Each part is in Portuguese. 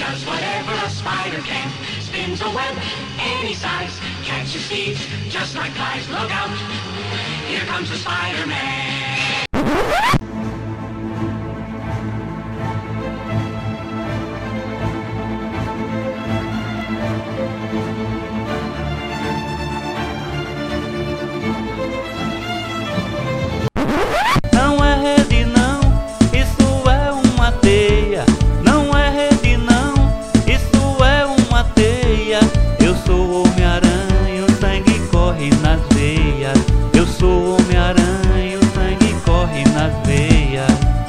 does whatever a spider can. Spins a web any size, catches thieves just like flies. Look out, here comes the Spider-Man. Não é rede não, isso é uma teia. Não é rede não, isso é uma teia. Eu sou o Homem-Aranha, o sangue corre nas veias. Eu sou o Homem-Aranha, o sangue corre nas veias.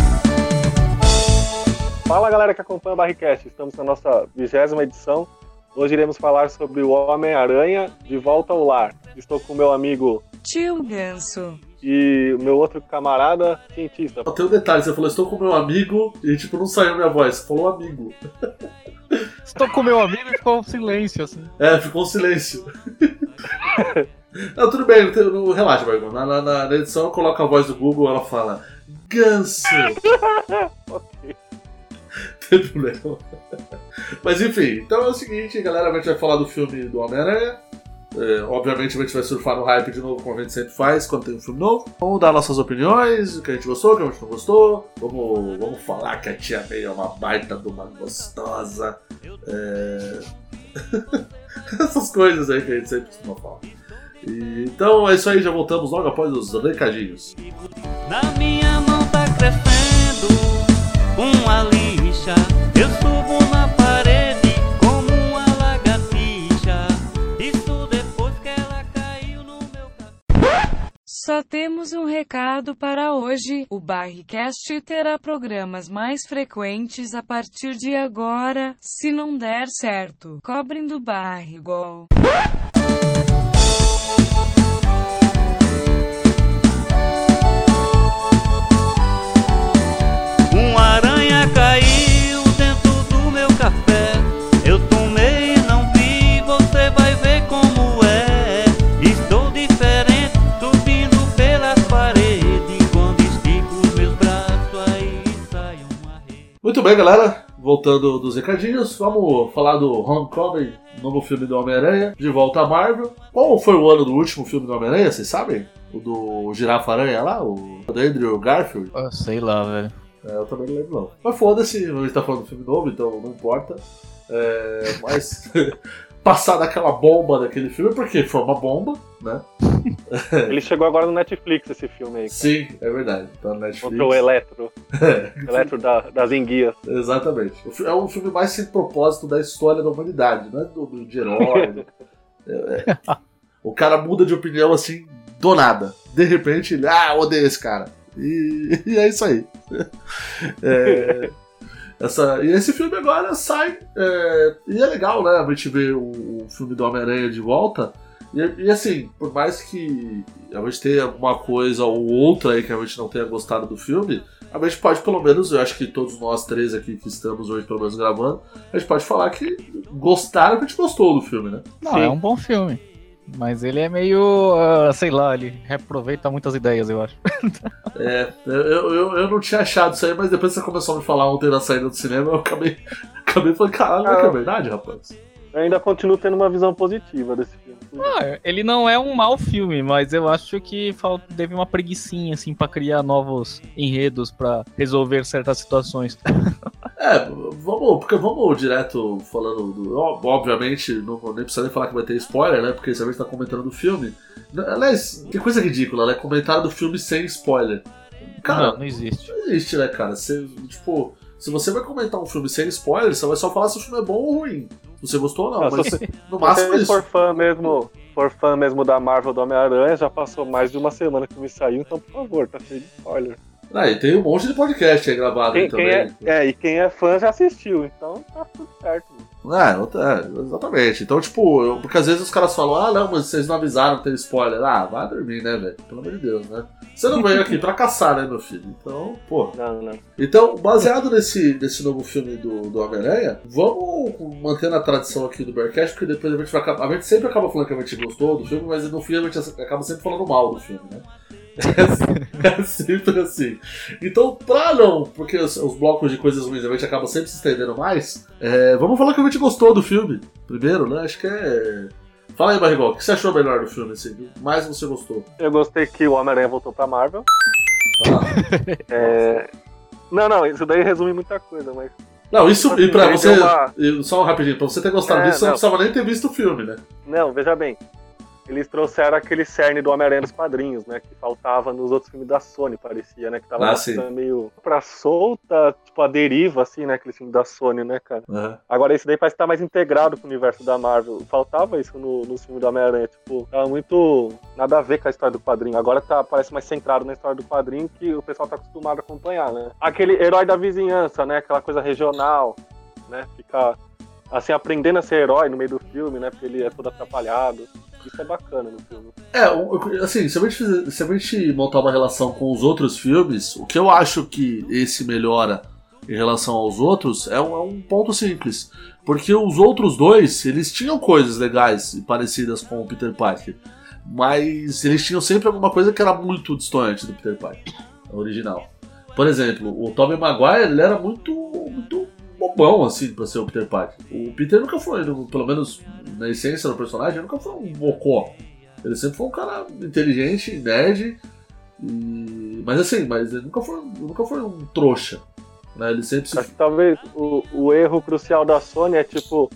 Fala galera que acompanha o Barricast, estamos na nossa 20ª edição. Hoje iremos falar sobre o Homem-Aranha de Volta ao Lar. Estou com o meu amigo Tio Ganso e o meu outro camarada cientista. Tem um detalhe, você falou, estou com meu amigo, e tipo, não saiu minha voz, você falou amigo. Estou com meu amigo e ficou um silêncio, assim. Ficou um silêncio. Não, tudo bem, relaxa, Margot. Na edição eu coloco a voz do Google, ela fala Ganso. Ok. Tem problema. Mas enfim, então é o seguinte, galera, a gente vai falar do filme do Homem-Aranha. Obviamente a gente vai surfar no hype de novo, como a gente sempre faz quando tem um filme novo. Vamos dar nossas opiniões, o que a gente gostou, o que a gente não gostou. Vamos falar que a Tia May é uma baita de uma gostosa. Essas coisas aí que a gente sempre costuma falar. Então é isso aí, já voltamos logo após os recadinhos. Na minha mão tá crescendo uma lixa. Eu subo na parede como uma lagartixa. Isso depois que ela caiu no meu cabelo. Só temos um recado para hoje. O Barricast terá programas mais frequentes a partir de agora. Se não der certo, cobrem do Barrigol. Uma aranha caiu dentro do meu café. Eu tomei e não vi, você vai ver como é. Estou diferente, subindo pelas paredes. Quando estico os meus braços, aí sai uma rede. Muito bem, galera, voltando dos recadinhos, vamos falar do Homecoming, novo filme do Homem-Aranha, de volta à Marvel. Qual foi o ano do último filme do Homem-Aranha, vocês sabem? O do Girafa-Aranha lá, o do Andrew Garfield? Sei lá, velho. Eu também não lembro não. Mas foda-se, a gente tá falando do filme novo, então não importa. Mas passar daquela bomba daquele filme, porque foi uma bomba, né? Ele chegou agora no Netflix, esse filme aí. Cara. Sim, é verdade. Tá no Netflix. Contra o Eletro. Eletro das enguias. Exatamente. É um filme mais sem propósito da história da humanidade, não é de herói. O cara muda de opinião assim, do nada. De repente, ele, odeio esse cara. E é isso aí. E esse filme agora sai. E é legal, né? A gente ver o filme do Homem-Aranha de volta. E assim, por mais que a gente tenha alguma coisa ou outra aí que a gente não tenha gostado do filme, a gente pode pelo menos, eu acho que todos nós três aqui que estamos hoje pelo menos gravando, a gente pode falar que gostaram, que a gente gostou do filme, né? Não, é um bom filme. Mas ele é meio, sei lá, ele reaproveita muitas ideias, eu acho. Eu não tinha achado isso aí, mas depois que você começou a me falar ontem na saída do cinema, eu acabei falando, caralho, não é que é verdade, rapaz? Eu ainda continuo tendo uma visão positiva desse filme. Ele não é um mau filme, mas eu acho que teve uma preguicinha, assim, pra criar novos enredos pra resolver certas situações. Vamos direto falando do... Obviamente, não nem precisa nem falar que vai ter spoiler, né? Porque se a gente tá comentando do filme... Aliás, que coisa ridícula, né? Comentário do filme sem spoiler. Cara, não existe. Não existe, né, cara? Se você vai comentar um filme sem spoiler, você vai só falar se o filme é bom ou ruim. Se você gostou ou não, mas no máximo se isso. For fã mesmo da Marvel do Homem-Aranha, já passou mais de uma semana que o filme saiu, então por favor, tá cheio de spoiler. E tem um monte de podcast aí gravado aí também. E quem é fã já assistiu, então tá tudo certo. Exatamente. Então, porque às vezes os caras falam, não, mas vocês não avisaram que tem spoiler. Vai dormir, né, velho? Pelo amor de Deus, né? Você não veio aqui pra caçar, né, meu filho? Então, pô. Não. Então, baseado nesse novo filme do Homem-Aranha, vamos manter a tradição aqui do Bearcast, porque depois a gente sempre acaba falando que a gente gostou do filme, mas no fim a gente acaba sempre falando mal do filme, né? É sempre assim. Então, porque os blocos de coisas ruins a gente acaba sempre se estendendo mais, vamos falar que a gente gostou do filme. Primeiro, né? Acho que Fala aí, Barrigol, o que você achou melhor do filme? Assim, que mais você gostou? Eu gostei que o Homem-Aranha voltou pra Marvel. Não, isso daí resume muita coisa, mas... Não, isso, e pra você, uma... só rapidinho, pra você ter gostado disso, você não precisava nem ter visto o filme, né? Não, veja bem, eles trouxeram aquele cerne do Homem-Aranha nos quadrinhos, né, que faltava nos outros filmes da Sony, parecia, né, que tava meio pra solta, tipo a deriva, assim, né, aquele filme da Sony, né, cara. Uhum. Agora esse daí parece que tá mais integrado com o universo da Marvel, faltava isso no filme do Homem-Aranha, tipo, tava muito nada a ver com a história do quadrinho, agora parece mais centrado na história do quadrinho que o pessoal tá acostumado a acompanhar, né. Aquele herói da vizinhança, né, aquela coisa regional, né, ficar assim, aprendendo a ser herói no meio do filme, né, porque ele é todo atrapalhado. Isso é bacana no filme. Assim, se a gente montar uma relação com os outros filmes, o que eu acho que esse melhora em relação aos outros é um ponto simples. Porque os outros dois, eles tinham coisas legais e parecidas com o Peter Parker, mas eles tinham sempre alguma coisa que era muito distante do Peter Parker, original. Por exemplo, o Tobey Maguire, ele era muito bobão, assim, pra ser o Peter Parker. O Peter nunca foi, pelo menos na essência do personagem, nunca foi um bocó. Ele sempre foi um cara inteligente, nerd, mas ele nunca foi um trouxa. Né? Ele sempre Acho que talvez o erro crucial da Sony é, tipo,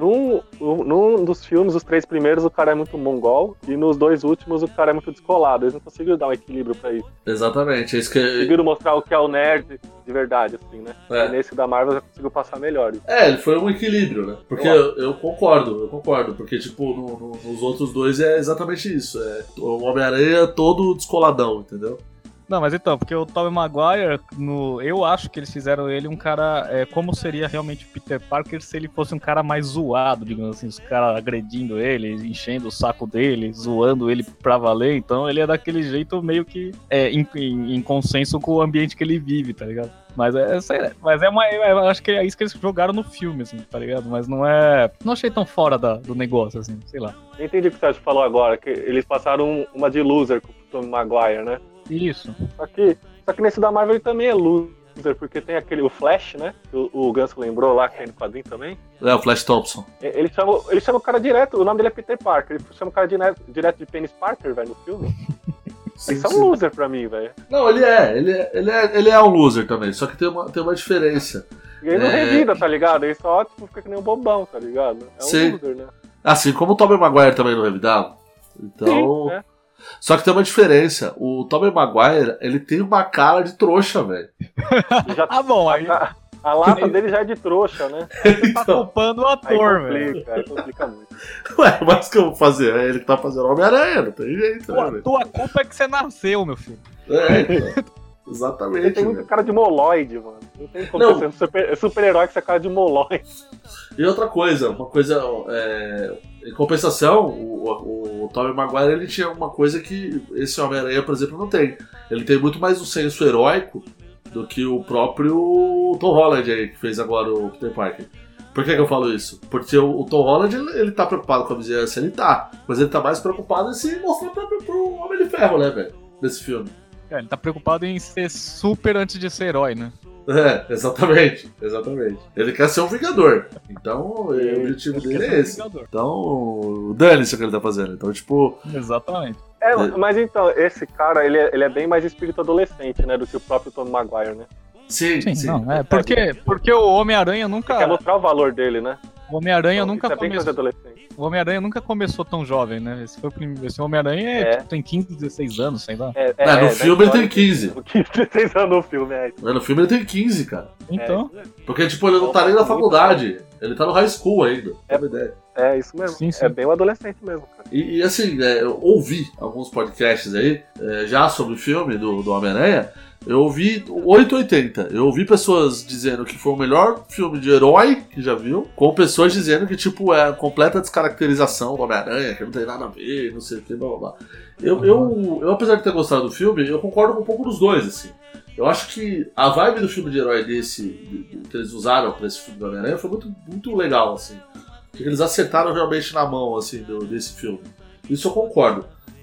num dos filmes, os 3 primeiros, o cara é muito mongol, e nos 2 últimos o cara é muito descolado. Eles não conseguiram dar um equilíbrio pra isso. Exatamente, é isso que... Conseguiram mostrar o que é o nerd de verdade, assim, né? E nesse da Marvel já conseguiu passar melhor isso. Ele foi um equilíbrio, né? Porque eu concordo, porque, tipo, nos outros 2 é exatamente isso. É o Homem-Aranha todo descoladão, entendeu? Não, mas então, porque o Tobey Maguire, eu acho que eles fizeram ele um cara, como seria realmente o Peter Parker se ele fosse um cara mais zoado, digamos assim, os caras agredindo ele, enchendo o saco dele, zoando ele pra valer, então ele é daquele jeito meio que em consenso com o ambiente que ele vive, tá ligado? Mas eu acho que é isso que eles jogaram no filme, assim, tá ligado? Mas não achei tão fora do negócio, assim, sei lá. Eu entendi o que o Sérgio falou agora, que eles passaram uma de loser com o Tobey Maguire, né? Isso. Só que nesse da Marvel ele também é loser, porque tem o Flash, né? O Ganso lembrou lá, que é no quadrinho também. O Flash Thompson. Ele chama o cara direto, o nome dele é Peter Parker, ele chama o cara direto de Penis Parker, velho, no filme. Eles são um loser pra mim, velho. Não, ele é um loser também, só que tem uma diferença. E ele não revida, tá ligado? Ele só fica que nem um bobão, tá ligado? É um loser, né? Assim como o Tobey Maguire também não revidava. Então... Sim, Só que tem uma diferença. O Tobey Maguire, ele tem uma cara de trouxa, velho. Bom, aí... A lata dele já é de trouxa, né? Você tá culpando o ator, velho. Complica muito. Ué, mas o que eu vou fazer? É ele que tá fazendo Homem-Aranha, não tem jeito, né? Tua culpa é que você nasceu, meu filho. Então. Exatamente. Ele tem muita cara de moloide, mano. Não tem como ser super-herói com essa cara de moloide. E outra coisa, em compensação, o Tobey Maguire, ele tinha uma coisa que esse Homem-Aranha, por exemplo, não tem. Ele tem muito mais um senso heróico do que o próprio Tom Holland aí, que fez agora o Peter Parker. Por que eu falo isso? Porque o Tom Holland, ele tá preocupado com a vizinhança, ele tá. Mas ele tá mais preocupado em se mostrar pro Homem de Ferro, né, velho? Nesse filme. Ele tá preocupado em ser super antes de ser herói, né? Exatamente. Ele quer ser um Vingador. Então, o objetivo dele é esse. Então, dane-se o que ele tá fazendo. Então, tipo... Exatamente. Mas então, esse cara, ele é bem mais espírito adolescente, né? Do que o próprio Tobey Maguire, né? Sim. Não, porque o Homem-Aranha nunca... Ele quer mostrar o valor dele, né? O Homem-Aranha nunca começou. O Homem-Aranha nunca começou tão jovem, né? Esse Homem-Aranha tem 15, 16 anos, sei lá. No filme ele tem 15. 15, 16 anos no filme, No filme ele tem 15, cara. Então. Porque, tipo, ele não tá nem na faculdade. Ele tá no high school ainda. É isso mesmo. Sim. É bem um adolescente mesmo, cara. E assim, eu ouvi alguns podcasts aí, já sobre o filme do Homem-Aranha. Eu ouvi 880. Eu ouvi pessoas dizendo que foi o melhor filme de herói que já viu, com pessoas dizendo que, tipo, é a completa descaracterização do Homem-Aranha, que não tem nada a ver, não sei o que, blá blá blá. Eu, apesar de ter gostado do filme, eu concordo com um pouco dos dois, assim. Eu acho que a vibe do filme de herói que eles usaram pra esse filme do Homem-Aranha foi muito, muito legal, assim. Que eles acertaram realmente na mão, assim, desse filme. Isso eu concordo.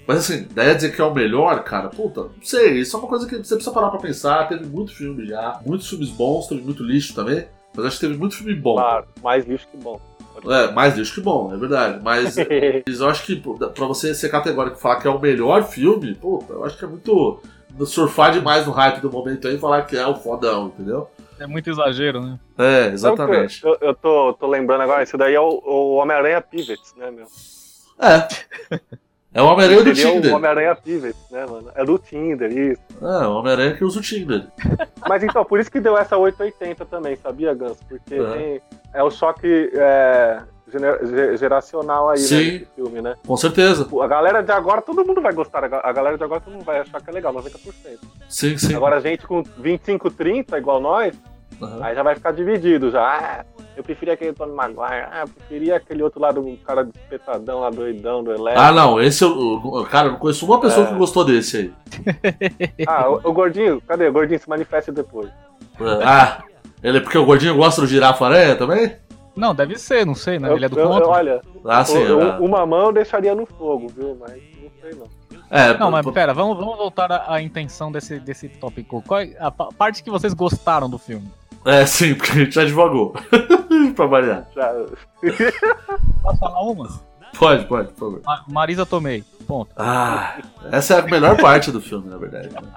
Mas assim, daí a dizer que é o melhor, cara, puta, não sei, isso é uma coisa que você precisa parar pra pensar. Teve muito filme já, muitos filmes bons, teve muito lixo também, mas acho que teve muito filme bom. Claro, mais lixo que bom. Mais lixo que bom, é verdade. Mas eu acho que pra você ser categórico e falar que é o melhor filme, puta, eu acho que é muito surfar demais no hype do momento aí e falar que é o fodão, entendeu? É muito exagero, né? É, exatamente. Eu tô lembrando agora, isso daí é o Homem-Aranha Pivots, né, meu? É o Homem-Aranha do Seria Tinder. o Homem-Aranha Pivots, né, mano? É do Tinder, isso. É, o Homem-Aranha que usa o Tinder. Mas então, por isso que deu essa 880 também, sabia, Ganso? Porque é o choque geracional aí, né, desse filme, né? Com certeza. A galera de agora, todo mundo vai gostar. A galera de agora, todo mundo vai achar que é legal, 90%. Sim. Agora a gente com 25, 30, igual nós, aí já vai ficar dividido já. Eu preferia aquele Tony Maguire. Eu preferia aquele outro lá do cara despetadão, lá doidão, do Elétrico. Ah, não, esse cara, eu não conheço uma pessoa que gostou desse aí. O Gordinho, cadê? O Gordinho se manifesta depois. Porque o Gordinho gosta do Girafa-Aranha também? Não, deve ser, não sei, né? Ele é do contra. Olha, sim, uma mão eu deixaria no fogo, viu? Mas não sei não. Não, mas pera, vamos voltar à intenção desse tópico. Qual é a parte que vocês gostaram do filme? Sim, porque a gente já divagou. Pra variar. Posso falar uma? Pode, por favor. Marisa Tomei, ponto. Essa é a melhor parte do filme, na verdade. Né?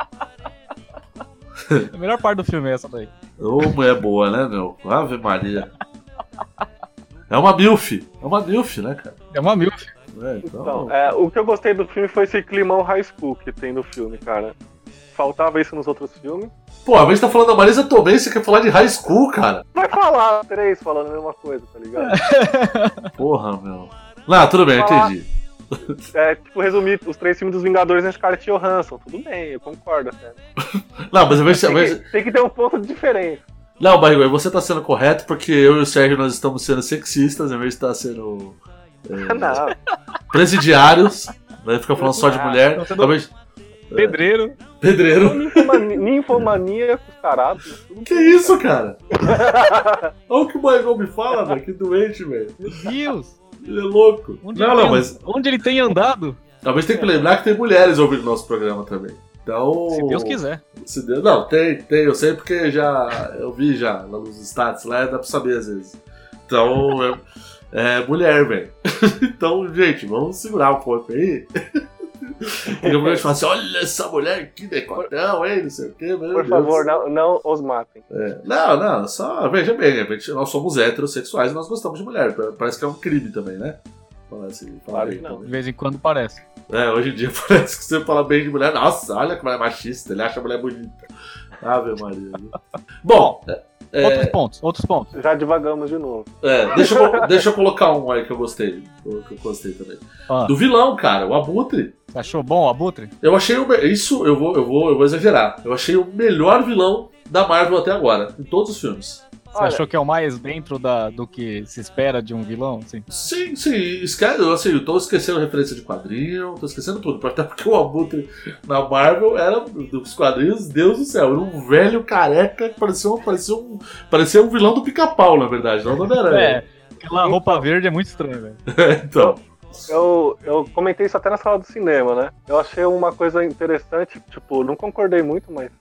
A melhor parte do filme é essa daí. Ô, mulher boa, né, meu? Ave Maria. É uma milf, né, cara? É uma milf. Então, o que eu gostei do filme foi esse climão high school que tem no filme, cara. Faltava isso nos outros filmes. Pô, a gente tá falando da Marisa Tomei, você quer falar de high school, cara? Vai falar 3 falando a mesma coisa, tá ligado? Porra, meu. Não, tudo bem, entendi. Resumir os 3 filmes dos Vingadores na Scarlett Johansson. Tudo bem, eu concordo até. Não, mas tem que ter um ponto de diferença. Não, Barrigol, você tá sendo correto porque eu e o Sérgio nós estamos sendo sexistas, ao invés de estar sendo presidiários, vai ficar falando só de mulher. Talvez... Pedreiro. Ninfomaníacos, caralho. Que isso, cara? Olha o que o Barrigol me fala, velho. Que doente, velho. Meu Deus. Ele é louco. Onde ele tem andado? Talvez tenha que lembrar que tem mulheres ouvindo nosso programa também. Então, se Deus quiser. Não, tem, eu sei porque eu vi já lá nos status lá, dá pra saber às vezes. Então, mulher, velho. Então, gente, vamos segurar um pouco aí. E a mulher fala assim, olha essa mulher, que decotão, hein, não sei o que, meu Deus. Por favor, não os matem. Não, só, veja bem, nós somos heterossexuais e nós gostamos de mulher, parece que é um crime também, né? Claro que não. De vez em quando parece. Hoje em dia parece que você fala bem de mulher, nossa, olha como é machista, ele acha a mulher bonita. Ave Maria. Bom, outros pontos. Já divagamos de novo. Deixa eu colocar um aí que eu gostei também. Do vilão, cara, o Abutre. Você achou bom o Abutre? Eu achei isso, eu vou exagerar. Eu achei o melhor vilão da Marvel até agora, em todos os filmes. Você achou que é o mais dentro do que se espera de um vilão? Sim, eu tô esquecendo referência de quadrinho, tô esquecendo tudo, até porque o Abutre na Marvel era dos quadrinhos, Deus do céu, era um velho careca que parecia um vilão do Pica-Pau, na verdade, não do Homem-Aranha. Aquela roupa verde é muito estranha, velho. Então... Eu comentei isso até na sala do cinema, né? Eu achei uma coisa interessante, tipo, não concordei muito, mas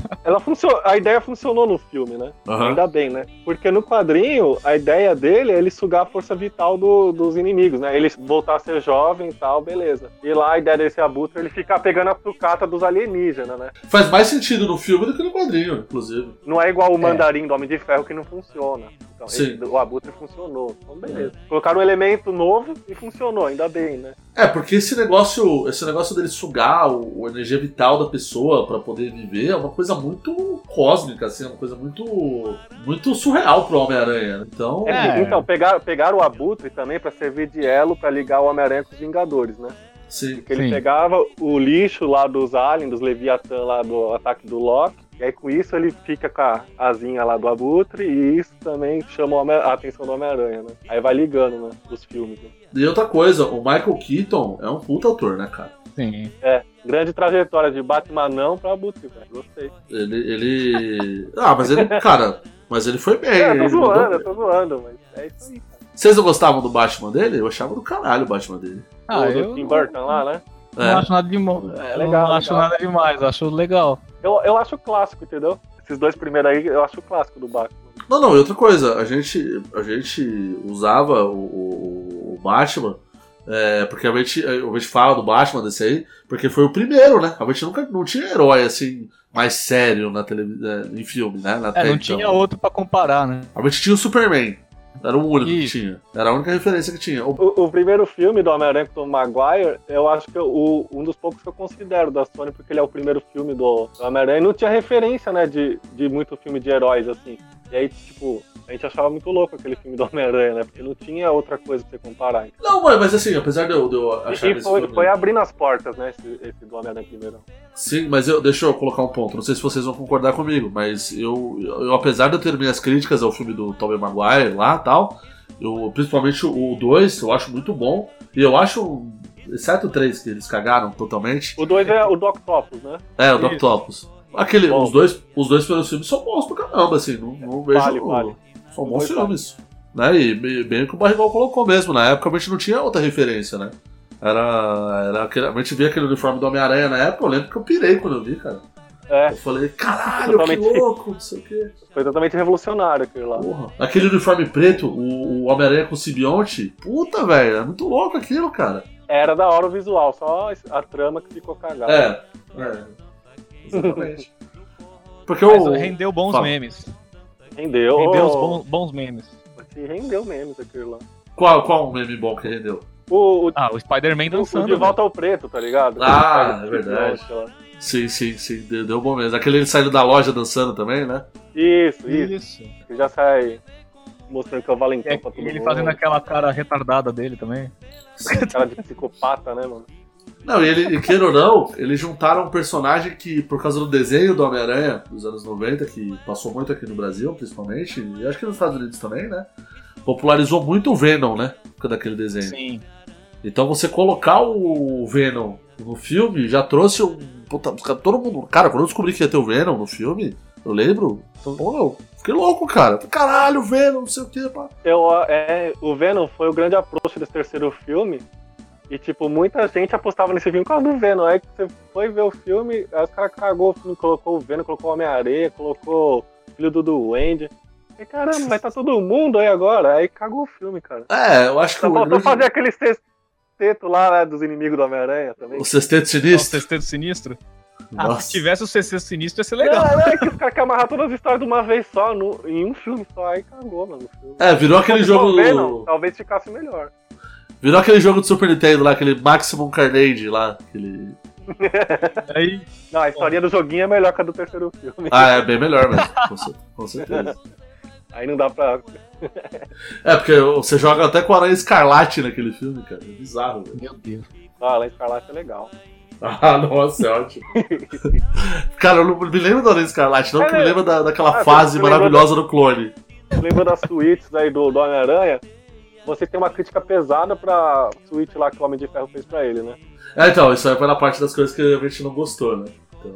a ideia funcionou no filme, né? Ainda bem, né? Porque no quadrinho, a ideia dele é ele sugar a força vital dos inimigos, né? Ele voltar a ser jovem e tal, beleza. E lá a ideia desse Abutre é ele ficar pegando a sucata dos alienígenas, né? Faz mais sentido no filme do que no quadrinho, inclusive. Não é igual o Mandarim do Homem de Ferro que não funciona. Então, Sim. O Abutre funcionou. Então, beleza. Colocaram um elemento novo e funcionou, ainda bem, né? Porque esse negócio dele sugar a energia vital da pessoa pra poder viver é uma coisa muito cósmica, assim, é uma coisa muito surreal pro Homem-Aranha. Então, então pegaram o Abutre também pra servir de elo pra ligar o Homem-Aranha com os Vingadores, né? Sim. Porque ele pegava o lixo lá dos aliens, dos Leviatã lá do ataque do Loki. E aí com isso ele fica com a asinha lá do Abutre e isso também chama a atenção do Homem-Aranha, né? Aí vai ligando, né? Os filmes. Né? E outra coisa, o Michael Keaton é um puta ator, né, cara? Sim. Grande trajetória de Batman não pra Abutre, cara. Gostei. Mas ele foi bem. Eu tô zoando, mas é isso aí, cara. Vocês não gostavam do Batman dele? Eu achava do caralho o Batman dele. Do Tim Burton lá, né? Não acho nada demais. Legal, Não acho legal. nada demais, acho legal. Eu acho clássico, entendeu? Esses dois primeiros aí, eu acho clássico do Batman. Não, e outra coisa, a gente usava o Batman, porque a gente fala do Batman desse aí, porque foi o primeiro, né? A gente não tinha herói assim, mais sério na em filme, né? Não tinha outro pra comparar, né? A gente tinha o Superman, era o único Isso. que tinha, era a única referência que tinha. O primeiro filme do Homem-Aranha com o Tom Maguire, eu acho que um dos poucos que eu considero da Sony, porque ele é o primeiro filme do Homem-Aranha, e não tinha referência, né, de muito filme de heróis, assim. E aí, tipo, a gente achava muito louco aquele filme do Homem-Aranha, né, porque não tinha outra coisa pra você comparar. Não, mas assim, apesar de eu achar E esse filme... foi abrindo as portas, né, esse do Homem-Aranha primeiro. Sim, mas deixa eu colocar um ponto. Não sei se vocês vão concordar comigo, mas eu apesar de eu ter minhas críticas ao filme do Tobey Maguire lá e tal, principalmente o 2, eu acho muito bom. E eu acho, exceto o 3, que eles cagaram totalmente. O 2 é o Doc Topos, né? É, o Doc Topos. Os dois primeiros filmes são bons pra caramba, assim, não vejo... Vale. São bons filmes. Né? E bem o que o Barrigol colocou mesmo. Na época a gente não tinha outra referência, né? A gente via aquele uniforme do Homem-Aranha na época, eu lembro que eu pirei quando eu vi, cara. É. Eu falei, caralho, Totalmente. que louco, não sei o quê. Foi totalmente revolucionário aquilo lá. Porra. Aquele uniforme preto, o Homem-Aranha com o simbionte, puta, velho, é muito louco aquilo, cara. Era da hora o visual, só a trama que ficou cagada. Exatamente. Porque Mas rendeu bons memes. Rendeu. Rendeu os bons memes. Rendeu memes aquilo lá. Qual um meme bom que rendeu? O Spider-Man dançando. De Volta ao Preto, tá ligado? Ah, é verdade. Sim, deu bom mesmo. Aquele ele saindo da loja dançando também, né? Isso. Que já sai mostrando que é o valentão pra todo mundo. Ele fazendo aquela cara retardada dele também. Cara de psicopata, né, mano? Não, e queira ou não, eles juntaram um personagem que, por causa do desenho do Homem-Aranha dos anos 90, que passou muito aqui no Brasil, principalmente, e acho que nos Estados Unidos também, né? Popularizou muito o Venom, né? Por causa daquele desenho. Sim. Então você colocar o Venom no filme já trouxe um... Puta, todo mundo... Cara, quando eu descobri que ia ter o Venom no filme, eu lembro... Pô, eu fiquei louco, cara. Caralho, Venom, não sei o que, pá. O Venom foi o grande approach desse terceiro filme. E, tipo, muita gente apostava nesse filme por causa do Venom. Aí você foi ver o filme, aí os caras cagou o filme, colocou o Venom, colocou o Homem-Aranha, colocou o filho do Duende. E caramba, vai tá todo mundo aí agora. Aí cagou o filme, cara. Eu acho que... Só faltou fazer aquele sexteto lá, né, dos inimigos do Homem-Aranha também. O Sexteto Sinistro? O Sexteto Sinistro? Nossa. Se tivesse o Sexteto Sinistro ia ser legal. É que os caras querem amarrar todas as histórias de uma vez só, em um filme só. Aí cagou, mano, o filme. Virou aquele jogo... Venom, talvez ficasse melhor. Virou aquele jogo do Super Nintendo lá, aquele Maximum Carnage lá, aquele... Aí... Não, a historinha do joguinho é melhor que a do terceiro filme. É bem melhor mesmo, com certeza. Aí não dá pra... Porque você joga até com a Aranha Escarlate naquele filme, cara, é bizarro, velho. Meu Deus. Ah, a Aranha Escarlate é legal. Nossa, é ótimo. Cara, eu não me lembro da Aranha Escarlate, não, porque me lembro daquela Ah, fase você maravilhosa do clone. Lembra das suítes aí do Homem-Aranha? Você tem uma crítica pesada pra suíte lá que o Homem de Ferro fez pra ele, né? Então, isso aí foi na parte das coisas que a gente não gostou, né?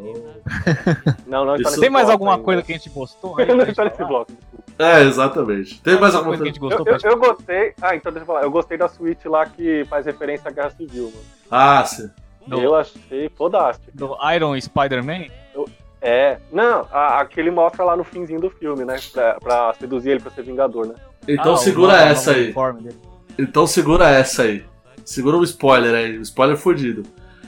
Então... Não, Isso- Tem mais alguma ainda. coisa que a gente gostou? Não está nesse bloco. Exatamente. Tem mais alguma coisa que a coisa? gente gostou? Eu gostei... então deixa eu falar. Eu gostei da suíte lá que faz referência à Guerra Civil, mano. Ah, sim. Eu achei fodástico. Do Iron Spider-Man? Não, aquele mostra lá no finzinho do filme, né? Pra seduzir ele pra ser Vingador, né? Então o segura novo essa aí. uniforme dele. Então segura essa aí. Segura o spoiler aí. O spoiler fudido.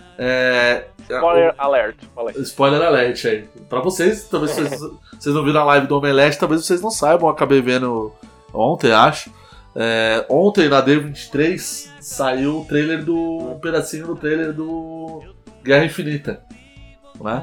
Spoiler alert, falei. Spoiler alert aí. Pra vocês, talvez vocês não viram a live do Omelete, talvez vocês não saibam, eu acabei vendo ontem, acho. Ontem, na D23, saiu o trailer um pedacinho do trailer do Guerra Infinita. Né?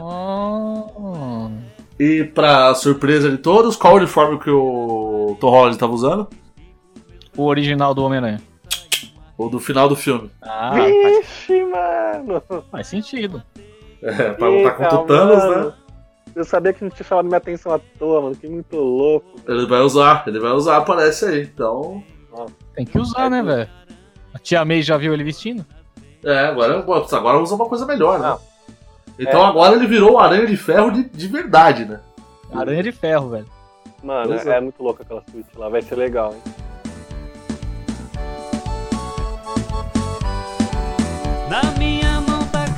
E pra surpresa de todos, qual o uniforme que o Tom Holland estava usando? O original do Homem-Aranha. O do final do filme. Vixe, mano! Faz sentido. Pra lutar contra o Thanos, né? Eu sabia que não tinha chamado minha atenção à toa, mano. Que muito louco. Ele vai usar, aparece aí. Então. Tem que usar, né, velho? A Tia May já viu ele vestindo? Agora usa uma coisa melhor, né? Não. Então agora ele virou o Aranha de Ferro de verdade, né? Aranha de Ferro, velho. Mano, Pois é muito louco aquela suíte lá. Vai ser legal, hein? Na minha mão tá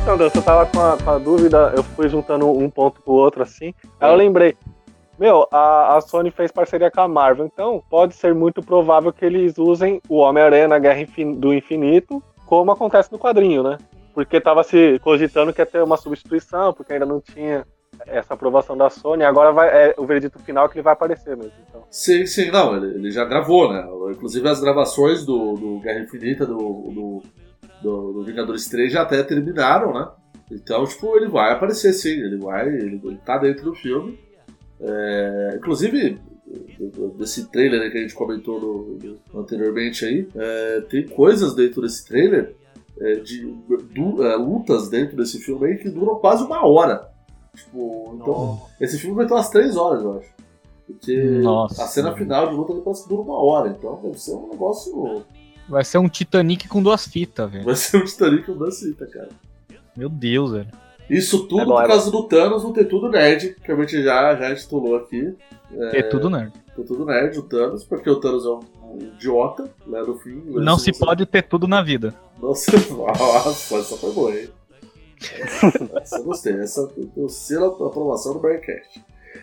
Então, eu tava com a dúvida, eu fui juntando um ponto com o outro assim, aí eu lembrei, a Sony fez parceria com a Marvel, então pode ser muito provável que eles usem o Homem-Aranha na Guerra do Infinito, como acontece no quadrinho, né? Porque tava se cogitando que ia ter uma substituição, porque ainda não tinha essa aprovação da Sony, agora o veredito final que ele vai aparecer mesmo. Então. Sim, não, ele já gravou, né? Inclusive as gravações do Guerra Infinita, do Vingadores 3 já até terminaram, né? Então, tipo, ele vai aparecer sim, ele tá dentro do filme. Inclusive, desse trailer, né, que a gente comentou anteriormente aí, tem coisas dentro desse trailer, lutas dentro desse filme aí que duram quase 1 hora. Tipo, então, esse filme vai ter umas 3 horas, eu acho. Porque a cena final de luta parece que dura 1 hora, então deve ser um negócio... Vai ser um Titanic com 2 fitas, velho. Vai ser um Titanic com 2 fitas, cara. Meu Deus, velho. Isso tudo por causa do Thanos no Ter Tudo Nerd, que a gente já intitulou aqui. Ter Tudo Nerd. Ter Tudo Nerd, o Thanos, porque o Thanos é um idiota, né, no fim. Não se pode ter tudo na vida. Nossa, essa foi boa, hein? Essa eu gostei, essa eu selo a aprovação do Braincast.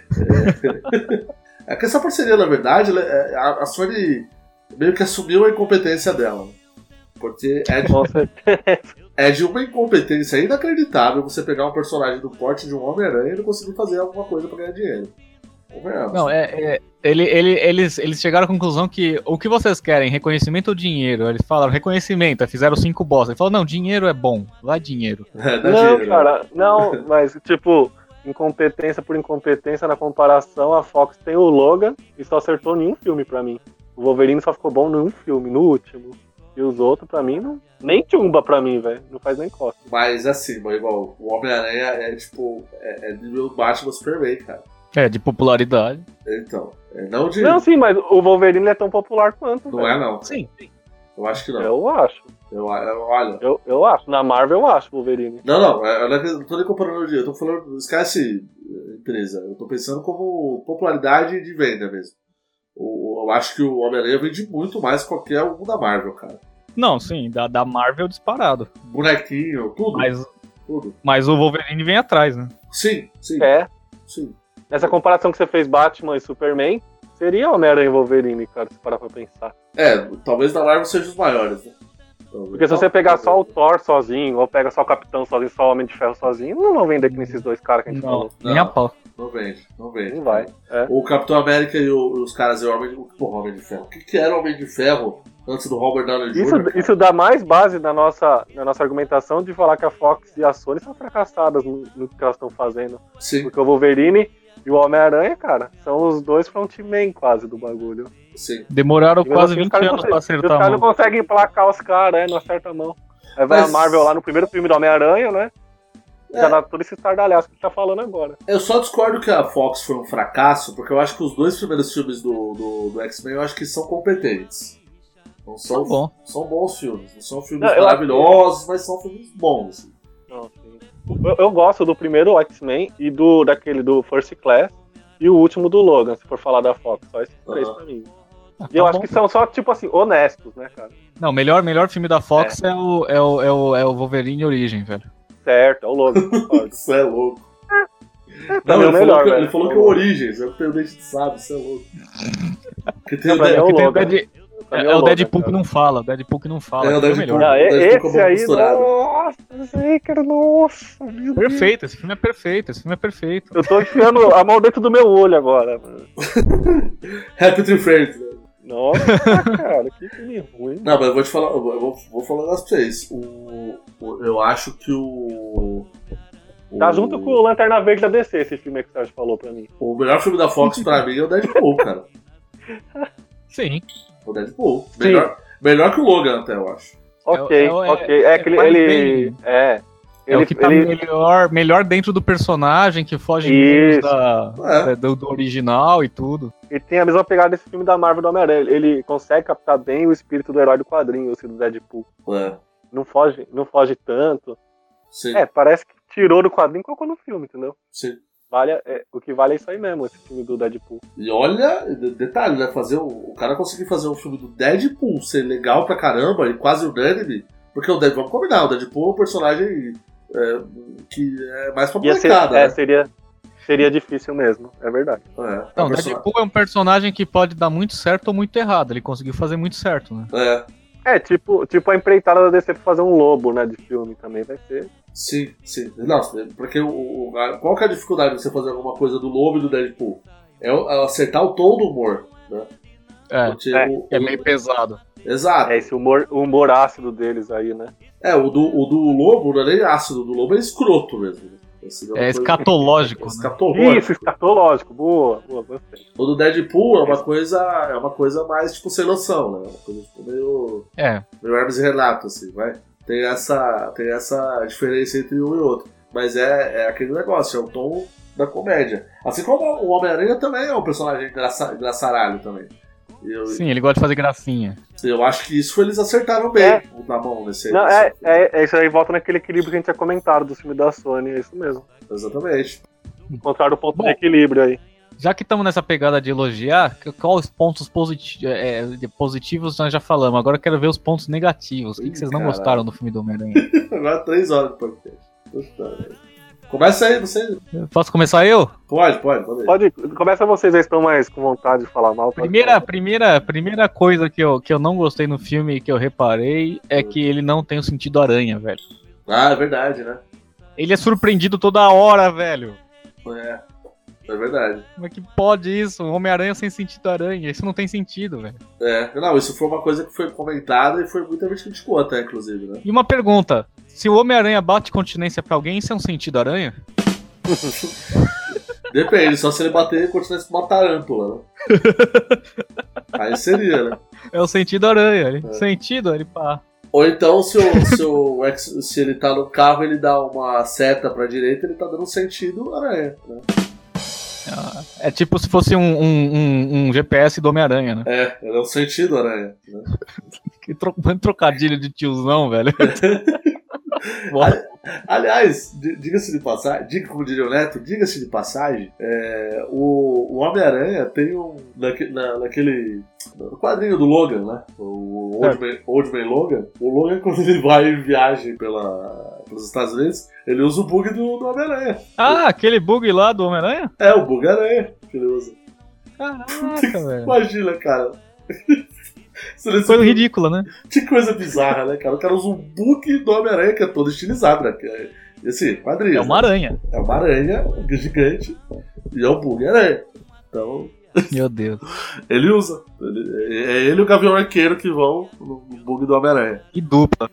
É que essa parceria, na verdade, a Sony meio que assumiu a incompetência dela. Porque é de uma incompetência inacreditável você pegar um personagem do porte de um Homem-Aranha e não conseguir fazer alguma coisa pra ganhar dinheiro. Não, eles chegaram à conclusão que o que vocês querem, reconhecimento ou dinheiro? Eles falaram reconhecimento, fizeram 5 bosta. Ele falou, não, dinheiro é bom, vai dinheiro. Não, cara, não, mas tipo, incompetência por incompetência na comparação, a Fox tem o Logan e só acertou nenhum filme pra mim. O Wolverine só ficou bom num filme, no último. E os outros, pra mim, não... nem chumba pra mim, velho. Não faz nem costa. Mas assim, igual, o Homem-Aranha é tipo, é nível Batman Superman, cara. De popularidade. Então, não de... Não, sim, mas o Wolverine é tão popular quanto, não véio. É, não. Sim. Eu acho que não. Eu acho. Olha... Eu acho. Na Marvel, eu acho o Wolverine. Não, eu não tô nem comparando o dia. Eu tô falando... Esquece empresa. Eu tô pensando como popularidade de venda mesmo. Eu acho que o Homem-Aranha vende muito mais que qualquer um da Marvel, cara. Não, sim, da Marvel disparado. Bonequinho, tudo. Tudo. Mas o Wolverine vem atrás, né? Sim. Sim. Nessa comparação que você fez Batman e Superman, seria Homem-Aranha e Wolverine, cara, se parar pra pensar. Talvez da Marvel sejam os maiores, né? Porque se você pegar só o Thor sozinho, ou pega só o Capitão sozinho, só o Homem de Ferro sozinho, não vão vender que nesses 2 caras que a gente falou. Nem a pau. Não vende. Não vai. O Capitão América e os caras e o Homem de Ferro. O que era o Homem de Ferro antes do Robert Downey Jr.? Isso dá mais base na nossa argumentação de falar que a Fox e a Sony são fracassadas no que elas estão fazendo. Sim. Porque o Wolverine e o Homem-Aranha, cara, são os 2 frontman quase do bagulho. Sim. Demoraram quase 20 anos pra acertar a mão. Os caras não conseguem emplacar os caras, não acerta a mão. Aí vai a Marvel lá no primeiro filme do Homem-Aranha, né? Já dá todo esse estardalhaço que a gente tá falando agora. Eu só discordo que a Fox foi um fracasso, porque eu acho que os 2 primeiros filmes do X-Men, eu acho que são competentes. Não são bons filmes. Não são filmes maravilhosos, mas são filmes bons. Não, sim. Eu gosto do primeiro X-Men e daquele do First Class e o último do Logan, se for falar da Fox. Só esses 3 pra mim. E eu acho que são só, tipo assim, honestos, né, cara? Não, o melhor filme da Fox é o Wolverine Origem, velho. Certo, é o Logan. Isso é louco. Não, ele falou que é o Origins, eu tenho dente de sábio, isso é louco. Porque tem o Logan. É o Deadpool que não fala, o Deadpool que não fala. É o Deadpool. Esse aí, nossa, esse aí, cara, nossa. Perfeito, esse filme é perfeito. Eu tô enfiando a mão dentro do meu olho agora. Happy Tree Friends, velho. Nossa, cara, que filme ruim. Não, mas eu vou te falar, eu vou falar um negócio pra vocês. Eu acho que Tá junto com o Lanterna Verde da DC, esse filme que o Sérgio falou pra mim. O melhor filme da Fox pra mim é o Deadpool, cara. Sim. O Deadpool. Melhor que o Logan, até, eu acho. Ok. É que ele... É o que tá melhor dentro do personagem, que foge menos do original e tudo. Ele tem a mesma pegada desse filme da Marvel do Homem-Aranha. Ele consegue captar bem o espírito do herói do quadrinho, do Deadpool. Não foge tanto. Sim. Parece que tirou do quadrinho e colocou no filme, entendeu? Sim. O que vale é isso aí mesmo, esse filme do Deadpool. E olha, detalhe, né? O cara conseguir fazer um filme do Deadpool ser legal pra caramba e quase unânime, porque vamos combinar, o Deadpool é um personagem que é mais pra Ia ser, molecada, né? seria difícil mesmo, é verdade. Não, Deadpool é um personagem que pode dar muito certo ou muito errado. Ele conseguiu fazer muito certo, né? Tipo a empreitada da DC pra fazer um lobo, né, de filme também vai ser. Sim. Não, porque qual que é a dificuldade de você fazer alguma coisa do Lobo e do Deadpool? É acertar o tom do humor, né? É meio pesado. Exato. É esse humor ácido deles aí, né? O do Lobo não é nem ácido, o do Lobo é escroto mesmo. É escatológico. Escatológico. Isso, escatológico. Boa, gostei. O do Deadpool é uma coisa mais, tipo, sem noção, né? Uma coisa tipo, meio Hermes e Renato, assim, vai. Tem essa diferença entre um e outro. Mas é aquele negócio, é o tom da comédia. Assim como o Homem-Aranha também é um personagem engraçaralho também. Sim, ele gosta de fazer gracinha. Eu acho que isso eles acertaram bem na mão nesse. Não, isso aí volta naquele equilíbrio que a gente tinha comentado do filme da Sony, é isso mesmo. Exatamente. Encontraram o ponto de equilíbrio aí. Já que estamos nessa pegada de elogiar, quais pontos positivos nós já falamos? Agora eu quero ver os pontos negativos. O que vocês não gostaram do filme do Homem-Aranha? Agora 3 horas de podcast. Começa aí, você. Posso começar eu? Pode. Começa vocês aí, estão mais com vontade de falar mal. Primeira coisa que eu não gostei no filme, que eu reparei, é que ele não tem o sentido aranha, velho. Ah, é verdade, né? Ele é surpreendido toda hora, velho. É verdade. Como é que pode isso? Um Homem-Aranha sem sentido aranha? Isso não tem sentido, velho. Não, isso foi uma coisa que foi comentada e foi muita gente que criticou até, inclusive, né? E uma pergunta, se o Homem-Aranha bate continência pra alguém, isso é um sentido aranha? Depende, só se ele bater continência com uma tarântula, né? Aí seria, né? É o sentido aranha, sentido, ele pá. Ou então, se ele tá no carro, ele dá uma seta pra direita, ele tá dando sentido aranha, né? É tipo se fosse um GPS do Homem-Aranha, né? Ele é um sentido aranha, né? Que trocadilho de tiozão, velho. Aliás, diga-se de passagem, como diria o Neto, diga-se de passagem, o Homem-Aranha tem naquele no quadrinho do Logan, né? O Old Man Logan. O Logan, quando ele vai em viagem pelos Estados Unidos, ele usa o bug do Homem-Aranha. Ah, aquele bug lá do Homem-Aranha? É, o bug aranha que ele usa. Caraca, velho. Imagina, cara. Coisa ridícula, né? Que coisa bizarra, né, cara? O cara usa um bug do Homem-Aranha que é todo estilizado, né? E assim, quadrinhos. É uma aranha. É uma aranha gigante e é um bug aranha. Então. Meu Deus. Ele usa. É ele e o Gavião Arqueiro que vão no bug do Homem-Aranha. Que dupla.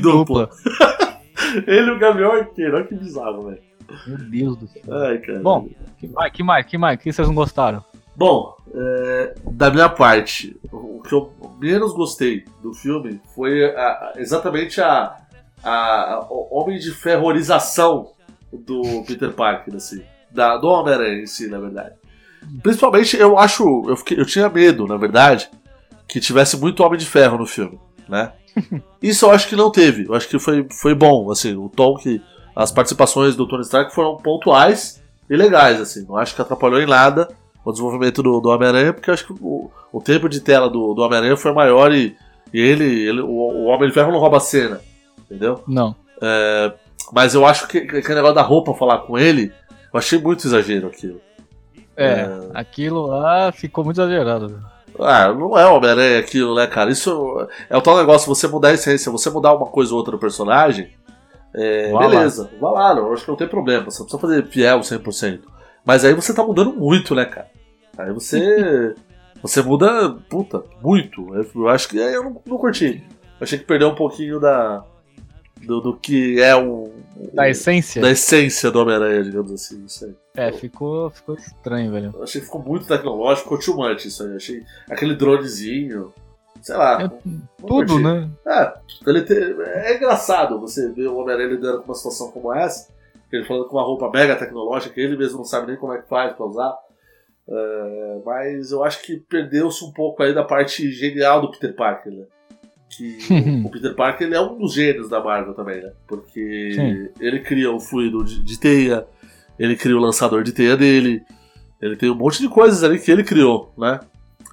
Ele e o Gavião Arqueiro. Olha que bizarro, velho. Meu Deus do céu. Ai, cara. Bom, que mais? Que vocês não gostaram? Bom, da minha parte, o que eu menos gostei do filme foi exatamente a Homem de Ferrorização do Peter Parker, assim, do Homem-Aranha em si, na verdade. Principalmente, eu tinha medo, na verdade, que tivesse muito Homem de Ferro no filme, né? Isso eu acho que não teve, eu acho que foi bom, assim, o tom que as participações do Tony Stark foram pontuais e legais, assim, não acho que atrapalhou em nada o desenvolvimento do Homem-Aranha, porque eu acho que o tempo de tela do Homem-Aranha foi maior e o Homem de Ferro não rouba a cena, entendeu? Não. Mas eu acho que aquele negócio da roupa falar com ele, eu achei muito exagero aquilo. Aquilo lá ficou muito exagerado. Não é Homem-Aranha aquilo, né, cara? Isso é o tal negócio, você mudar a essência, você mudar uma coisa ou outra do personagem, beleza, vai lá, eu acho que não tem problema, você não precisa fazer fiel 100%. Mas aí você tá mudando muito, né, cara? Aí você muda, muito. Eu acho que aí eu não curti. Eu achei que perdeu um pouquinho do que é da essência? Da essência do Homem-Aranha, digamos assim. Isso aí. Ficou estranho, velho. Eu achei que ficou muito tecnológico, ficou too much isso aí. Eu achei aquele dronezinho, sei lá. Tudo, curti. Né? É engraçado você ver o Homem-Aranha lidando com uma situação como essa, ele falando com uma roupa mega tecnológica, que ele mesmo não sabe nem como é que faz pra usar. Mas eu acho que perdeu-se um pouco aí da parte genial do Peter Parker, né? Que o Peter Parker ele é um dos gênios da Marvel também, né? Porque ele cria o fluido de teia, ele cria o lançador de teia dele, ele tem um monte de coisas ali que ele criou, né?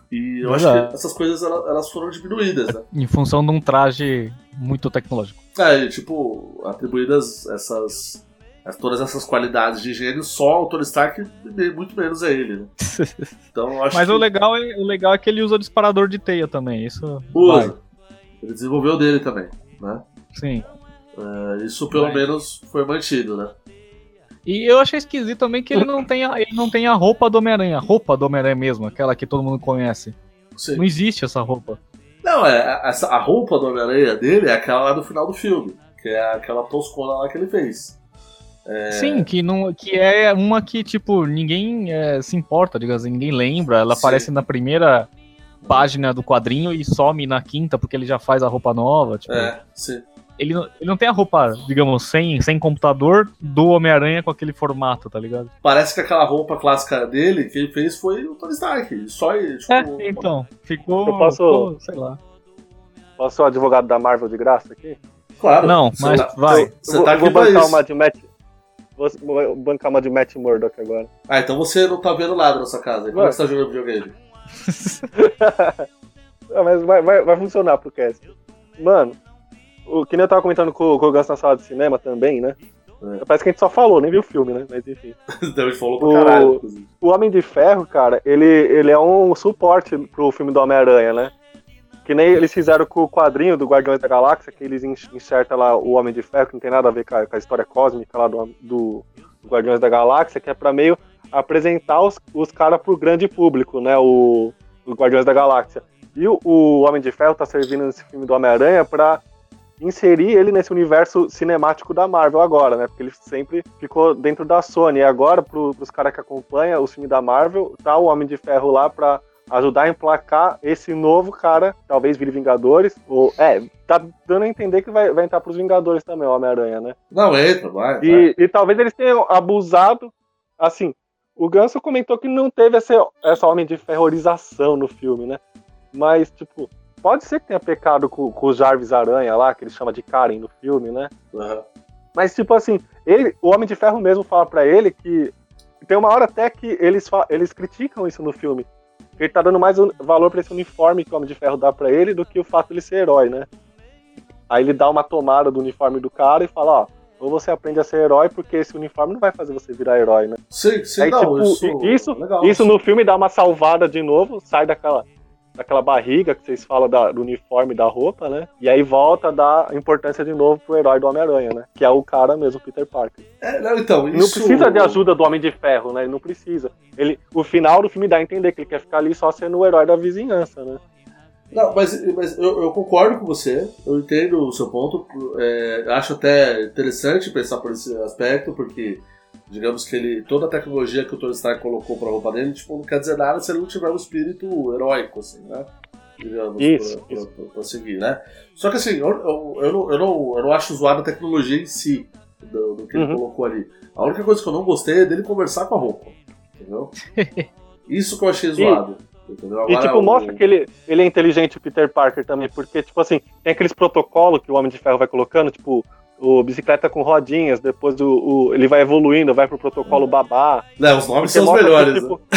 E eu acho que essas coisas elas foram diminuídas, né? Em função de um traje muito tecnológico. E, tipo, atribuídas todas essas qualidades de gênio só ao Tony Stark e muito menos a ele, né? Então, eu acho Mas que... o legal é que ele usa disparador de teia também. Isso usa. vai. Ele desenvolveu dele também, né? Sim. Isso pelo menos foi mantido, né? E eu achei esquisito também que ele não tem a roupa do Homem-Aranha. A roupa do Homem-Aranha mesmo, aquela que todo mundo conhece. Sim. Não existe essa roupa. Não, a roupa do Homem-Aranha dele é aquela lá do final do filme. Que é aquela toscona lá que ele fez. Sim, que é uma que, tipo, ninguém se importa, digamos assim, ninguém lembra. Ela aparece na primeira página do quadrinho e some na quinta, porque ele já faz a roupa nova. Tipo, sim. Ele não tem a roupa, digamos, sem computador do Homem-Aranha com aquele formato, tá ligado? Parece que aquela roupa clássica dele, quem fez foi o Tony Stark. Só ele, tipo... Então, ficou, sei lá. Posso ser o advogado da Marvel de graça aqui? Claro. Não, mas vai. Você tá aqui vou pra bancar isso. uma de Matt... Vou bancar uma de Matt Murdock agora. Então você não tá vendo nada na sua casa. Como é que você tá jogando videogame? Mas vai funcionar pro cast. Mano, que nem eu tava comentando com o Gus na sala de cinema também, né? Parece que a gente só falou, nem viu o filme, né? Mas enfim. Então a gente falou pra caralho, inclusive. O Homem de Ferro, cara, ele é um suporte pro filme do Homem-Aranha, né? Que nem eles fizeram com o quadrinho do Guardiões da Galáxia, que eles enxertam lá o Homem de Ferro, que não tem nada a ver com a história cósmica lá do Guardiões da Galáxia, que é pra meio apresentar os caras pro grande público, né? O Guardiões da Galáxia. E o Homem de Ferro tá servindo nesse filme do Homem-Aranha pra inserir ele nesse universo cinemático da Marvel agora, né? Porque ele sempre ficou dentro da Sony. E agora, pros caras que acompanham o filme da Marvel, tá o Homem de Ferro lá pra ajudar a emplacar esse novo cara, talvez vire Vingadores, tá dando a entender que vai entrar pros Vingadores também, o Homem-Aranha, né? Não, entra, vai. E talvez eles tenham abusado, assim, o Ganso comentou que não teve essa Homem de Ferrorização no filme, né? Mas, tipo, pode ser que tenha pecado com o Jarvis Aranha lá, que ele chama de Karen no filme, né? Uhum. Mas, tipo assim, o Homem de Ferro mesmo fala pra ele que tem uma hora até que eles criticam isso no filme. Ele tá dando mais valor pra esse uniforme que o Homem de Ferro dá pra ele do que o fato de ele ser herói, né? Aí ele dá uma tomada do uniforme do cara e fala, ou você aprende a ser herói porque esse uniforme não vai fazer você virar herói, né? Sim, aí, não, tipo, isso no filme dá uma salvada de novo, sai daquela barriga que vocês falam do uniforme, da roupa, né? E aí volta a dar importância de novo pro herói do Homem-Aranha, né? Que é o cara mesmo, Peter Parker. Então, isso... Não precisa de ajuda do Homem de Ferro, né? Ele não precisa. O final do filme dá a entender que ele quer ficar ali só sendo o herói da vizinhança, né? Não, mas eu concordo com você, eu entendo o seu ponto, acho até interessante pensar por esse aspecto, porque digamos que toda a tecnologia que o Tony Stark colocou pra roupa dele, tipo, não quer dizer nada se ele não tiver um espírito heróico, assim, né? Digamos, pra seguir, né? Só que assim, eu não acho zoado a tecnologia em si, do que ele colocou ali. A única coisa que eu não gostei é dele conversar com a roupa, entendeu? Isso que eu achei zoado. Entendeu? Agora, e tipo, mostra que ele é inteligente, o Peter Parker também, porque, tipo assim, tem aqueles protocolos que o Homem de Ferro vai colocando, tipo, o bicicleta com rodinhas, depois ele vai evoluindo, vai pro protocolo babá. Os nomes são os melhores.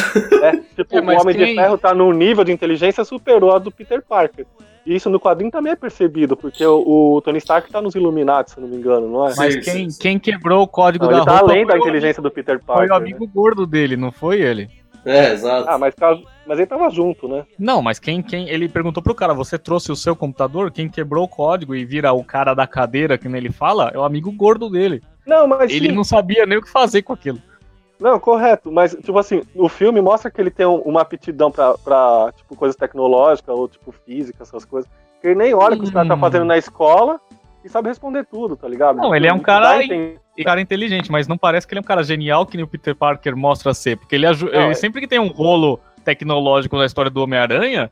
Que, tipo, o Homem de Ferro tá num nível de inteligência superior ao do Peter Parker. E isso no quadrinho também é percebido, porque o Tony Stark tá nos Illuminati, se não me engano, não é? Mas quem quebrou o código da roupa... Ele tá além da inteligência do Peter Parker. Foi o amigo gordo dele, não foi ele? Exato. Mas ele tava junto, né? Não, mas ele perguntou pro cara, você trouxe o seu computador? Quem quebrou o código e vira o cara da cadeira, que ele fala, é o amigo gordo dele. Não, mas ele não sabia nem o que fazer com aquilo. Não, correto, mas, tipo assim, o filme mostra que ele tem uma aptidão pra tipo, coisas tecnológicas ou, tipo, física, essas coisas, que ele nem olha o que os caras tá fazendo na escola e sabe responder tudo, tá ligado? Não, ele é um cara inteligente, mas não parece que ele é um cara genial que nem o Peter Parker mostra ser, porque ele sempre que tem um rolo tecnológico na história do Homem-Aranha,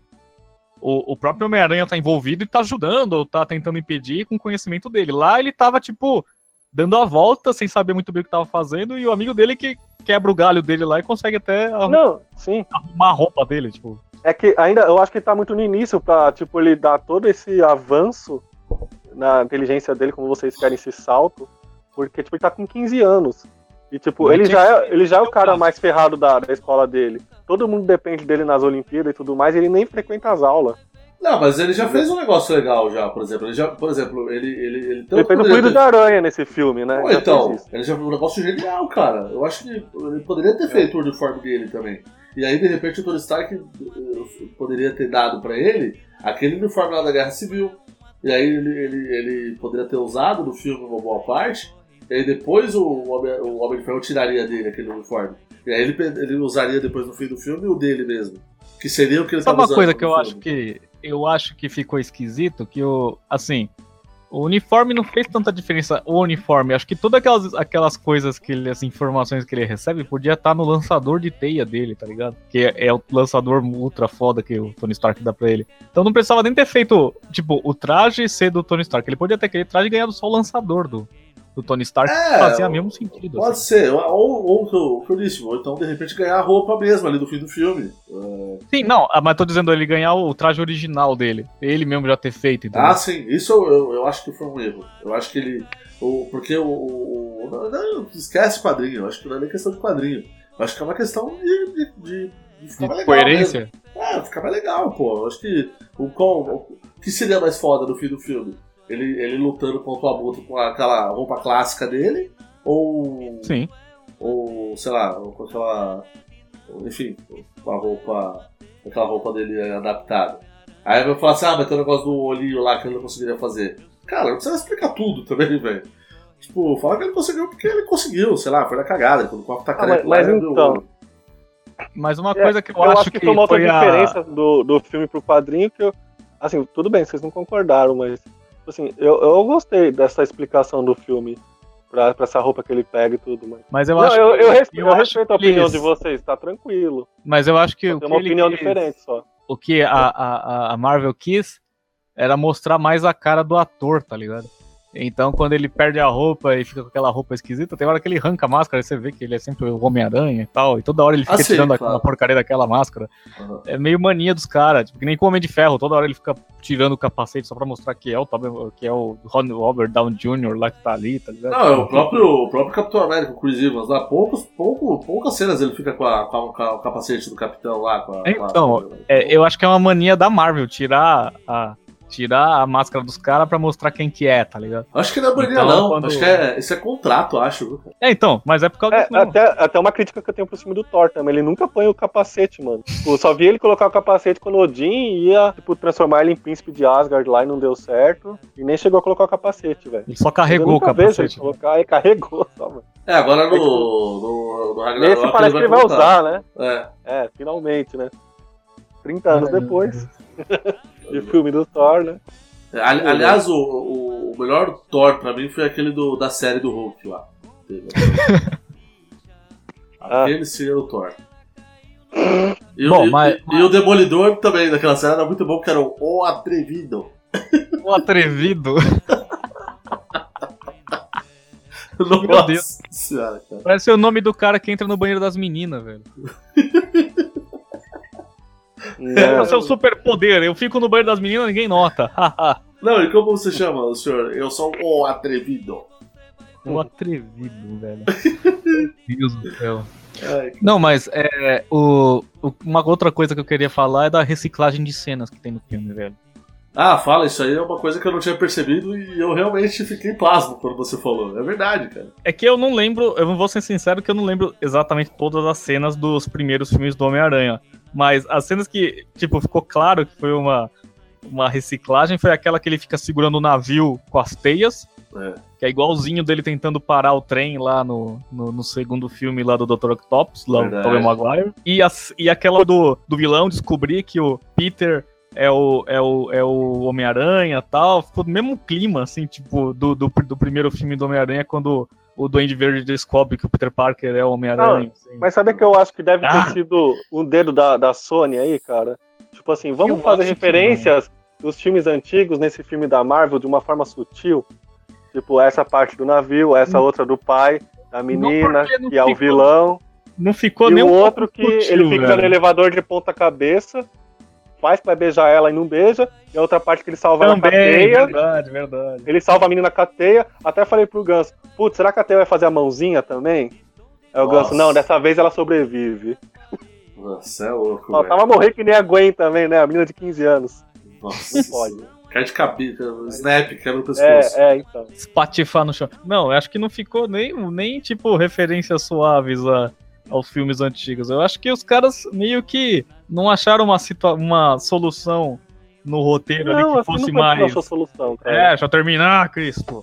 o próprio Homem-Aranha tá envolvido e tá ajudando, ou tá tentando impedir com o conhecimento dele. Lá ele tava, tipo, dando a volta sem saber muito bem o que tava fazendo, e o amigo dele que quebra o galho dele lá e consegue até arrumar a roupa dele, tipo. É que ainda, eu acho que ele tá muito no início pra, tipo, ele dar todo esse avanço na inteligência dele, como vocês querem esse salto, porque, tipo, ele tá com 15 anos. E, tipo, ele já é o cara mais ferrado da escola dele. Todo mundo depende dele nas Olimpíadas e tudo mais, e ele nem frequenta as aulas. Não, mas ele já fez um negócio legal já, por exemplo. Ele Ele fez o Fluido de Aranha nesse filme, né? Pô, então, ele já fez um negócio genial, cara. Eu acho que ele poderia ter feito o uniforme dele também. E aí, de repente, o Tony Stark poderia ter dado pra ele aquele uniforme lá da Guerra Civil. E aí ele poderia ter usado no filme uma boa parte. E aí depois o Homem de Ferro tiraria dele aquele uniforme. E aí ele usaria depois no fim do filme o dele mesmo. Que seria o que ele estava usando. Sabe uma coisa que eu acho que ficou esquisito? Que o uniforme não fez tanta diferença. O uniforme, acho que todas aquelas coisas, as informações que ele recebe, podia estar no lançador de teia dele, tá ligado? Que é o lançador ultra foda que o Tony Stark dá pra ele. Então não precisava nem ter feito, tipo, o traje ser do Tony Stark. Ele podia ter aquele traje e ganhado só o lançador do Tony Stark, que fazia mesmo sentido. Pode ser, ou o que eu disse, ou então de repente ganhar a roupa mesmo ali do fim do filme. Sim, não, mas tô dizendo ele ganhar o traje original dele. Ele mesmo já ter feito, entendeu? Ah, sim, isso eu acho que foi um erro. Eu acho que ele. Porque não, esquece quadrinho, eu acho que não é nem questão de quadrinho. Eu acho que é uma questão de ficar mais legal. Coerência? Mesmo. Ficar mais legal, pô. Eu acho que o que seria mais foda no fim do filme? Ele lutando contra o Abutre com aquela roupa clássica dele? Ou. Sim. Ou, sei lá, com aquela. Enfim, com aquela roupa dele adaptada. Aí vai falar assim: mas tem o negócio do olhinho lá que ele não conseguiria fazer. Cara, não precisa explicar tudo também, velho. Tipo, fala que ele conseguiu porque ele conseguiu, sei lá, foi na cagada, quando o copo tá careca. Mas então. Mas uma coisa que eu acho que foi uma outra diferença do filme pro quadrinho que eu. Assim, tudo bem, vocês não concordaram, mas. Assim, eu gostei dessa explicação do filme pra essa roupa que ele pega e tudo, mas eu acho eu respeito a opinião de vocês, tá tranquilo. Mas eu acho que tem uma opinião diferente só. O que a Marvel quis era mostrar mais a cara do ator, tá ligado? Então, quando ele perde a roupa e fica com aquela roupa esquisita, tem hora que ele arranca a máscara e você vê que ele é sempre o Homem-Aranha e tal, e toda hora ele fica tirando aquela porcaria daquela máscara. Uhum. É meio mania dos caras, tipo, que nem com o Homem de Ferro, toda hora ele fica tirando o capacete só pra mostrar que é o Robert Downey Jr. lá que tá ali, tá ligado? Não, é o próprio Capitão América, o Chris Evans lá, poucas cenas ele fica com o capacete do Capitão lá. Eu acho que é uma mania da Marvel, tirar a máscara dos caras pra mostrar quem que é, tá ligado? Acho que não é mania, não. Acho que isso é contrato, acho. Então, mas é por causa disso mesmo. Até uma crítica que eu tenho pro filme do Thor também. Ele nunca põe o capacete, mano. Eu só vi ele colocar o capacete quando o Odin ia, tipo, transformar ele em príncipe de Asgard lá e não deu certo. E nem chegou a colocar o capacete, velho. Ele só carregou o capacete. Ele colocar, ele carregou só, mano. Agora no Ragnarok. Esse parece que ele vai usar, né? Finalmente, né? 30 anos depois. De filme do Thor, né? Aliás, o melhor Thor pra mim foi aquele da série do Hulk lá. Aquele seria o Thor. E o Demolidor também, daquela série, era muito bom, que era o Atrevido. O Atrevido? Meu Deus. Senhora, cara. Parece o nome do cara que entra no banheiro das meninas, velho. É o seu superpoder, eu fico no banheiro das meninas e ninguém nota. Não, e como você chama, o senhor? Eu sou o Atrevido. O Atrevido, velho. Meu Deus do céu. Não, mas uma outra coisa que eu queria falar é da reciclagem de cenas que tem no filme, velho. Fala, isso aí é uma coisa que eu não tinha percebido e eu realmente fiquei pasmo quando você falou. É verdade, cara. É que eu não lembro, eu não vou ser sincero que eu não lembro exatamente todas as cenas dos primeiros filmes do Homem-Aranha. Mas as cenas que, tipo, ficou claro que foi uma reciclagem foi aquela que ele fica segurando o navio com as teias. Que é igualzinho dele tentando parar o trem lá no segundo filme lá do Dr. Octopus, lá o Tobey Maguire. E aquela do vilão descobrir que o Peter é o Homem-Aranha e tal. Ficou no mesmo clima, assim, tipo, do primeiro filme do Homem-Aranha, quando o Duende Verde descobre que o Peter Parker é o Homem-Aranha. Assim. Mas sabe que eu acho que deve ter sido um dedo da Sony aí, cara? Tipo assim, vamos fazer referências dos filmes antigos nesse filme da Marvel de uma forma sutil. Tipo, essa parte do navio, essa outra do pai, da menina, que é o vilão. Não ficou e nem o outro que sutil, ele fica no elevador de ponta cabeça, faz pra beijar ela e não beija, e a outra parte que ele salva também, na cateia. Verdade. Ele salva a menina na cateia, até falei pro Ganso, putz, será que a teia vai fazer a mãozinha também? Aí o Ganso, não, dessa vez ela sobrevive. Você é louco, Faltava morrer que nem a Gwen também, né? A menina de 15 anos. Nossa. Não pode. Cai de cabeça, snap, quebra o pescoço. Então. Espatifar no chão. Não, eu acho que não ficou nem tipo, referências suaves aos filmes antigos. Eu acho que os caras meio que não acharam uma solução no roteiro ali que fosse mais. Não foi solução, cara. Já terminar, Crispo.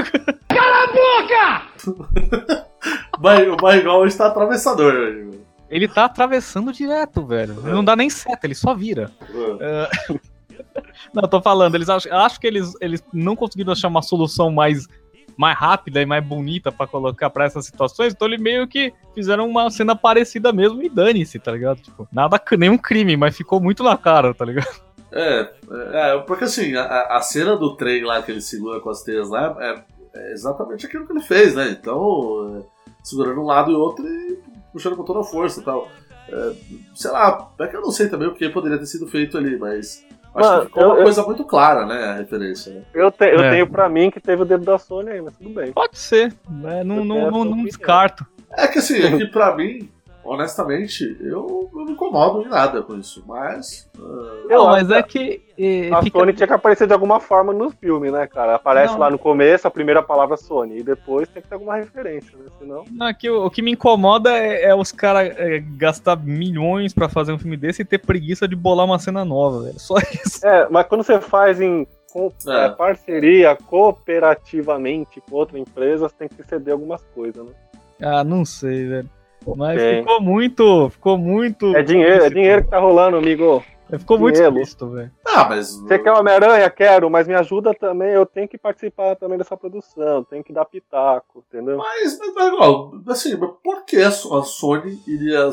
O Barrigol está atravessador hoje, velho. Ele tá atravessando direto, velho. Não dá nem seta, ele só vira. Não, eu tô falando, acho que eles não conseguiram achar uma solução mais rápida e mais bonita pra colocar pra essas situações, então eles meio que fizeram uma cena parecida mesmo e dane-se, tá ligado? Tipo, nenhum crime, mas ficou muito na cara, tá ligado? Porque assim, a cena do trem lá que ele segura com as teias lá é exatamente aquilo que ele fez, né? Então, segurando um lado e outro e puxando com toda a força e tal. Sei lá, é que eu não sei também o que poderia ter sido feito ali, mas acho que ficou uma coisa muito clara, né, a referência, né? Eu tenho pra mim que teve o dedo da Sony aí, mas tudo bem. Pode ser, né? Não descarto. É que assim, é que pra mim, honestamente, eu não me incomodo em nada com isso, mas... mas é que... A Sony tinha que aparecer de alguma forma no filme, né, cara? Aparece lá no começo, a primeira palavra Sony, e depois tem que ter alguma referência, né? Senão... Não, é que o que me incomoda é os caras gastar milhões pra fazer um filme desse e ter preguiça de bolar uma cena nova, velho. Só isso. Mas quando você faz em parceria, cooperativamente com outra empresa, você tem que ceder algumas coisas, né? Ah, não sei, velho. Mas ficou muito... É dinheiro que tá rolando, amigo. Ficou muito explícito, velho. Mas... Você quer Homem-Aranha? Quero, mas me ajuda também, eu tenho que participar também dessa produção, tenho que dar pitaco, entendeu? Mas assim, por que a Sony iria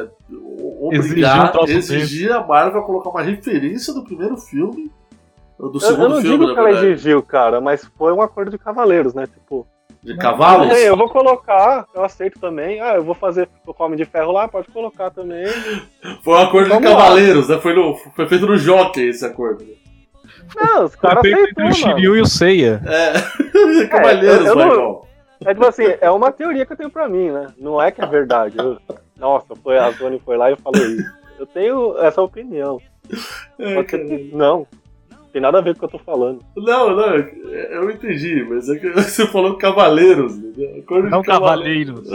exigir a Marvel a colocar uma referência do primeiro filme, do segundo filme, eu não digo que ela exigiu, cara, mas foi um acordo de cavaleiros, né, tipo... De cavalos? Eu vou colocar, eu aceito também. Eu vou fazer o Homem de Ferro lá, pode colocar também. Foi um acordo de cavaleiros, né? Foi feito no Jockey esse acordo. Não, os caras aceitam, o Shiryu e o Seiya. Cavaleiros, vai igual. É tipo assim, é uma teoria que eu tenho pra mim, né? Não é que é verdade. A Sony foi lá e falou isso. Eu tenho essa opinião. Não. Tem nada a ver com o que eu tô falando. Não, eu entendi, mas é que você falou cavaleiros, né? Não cavaleiros.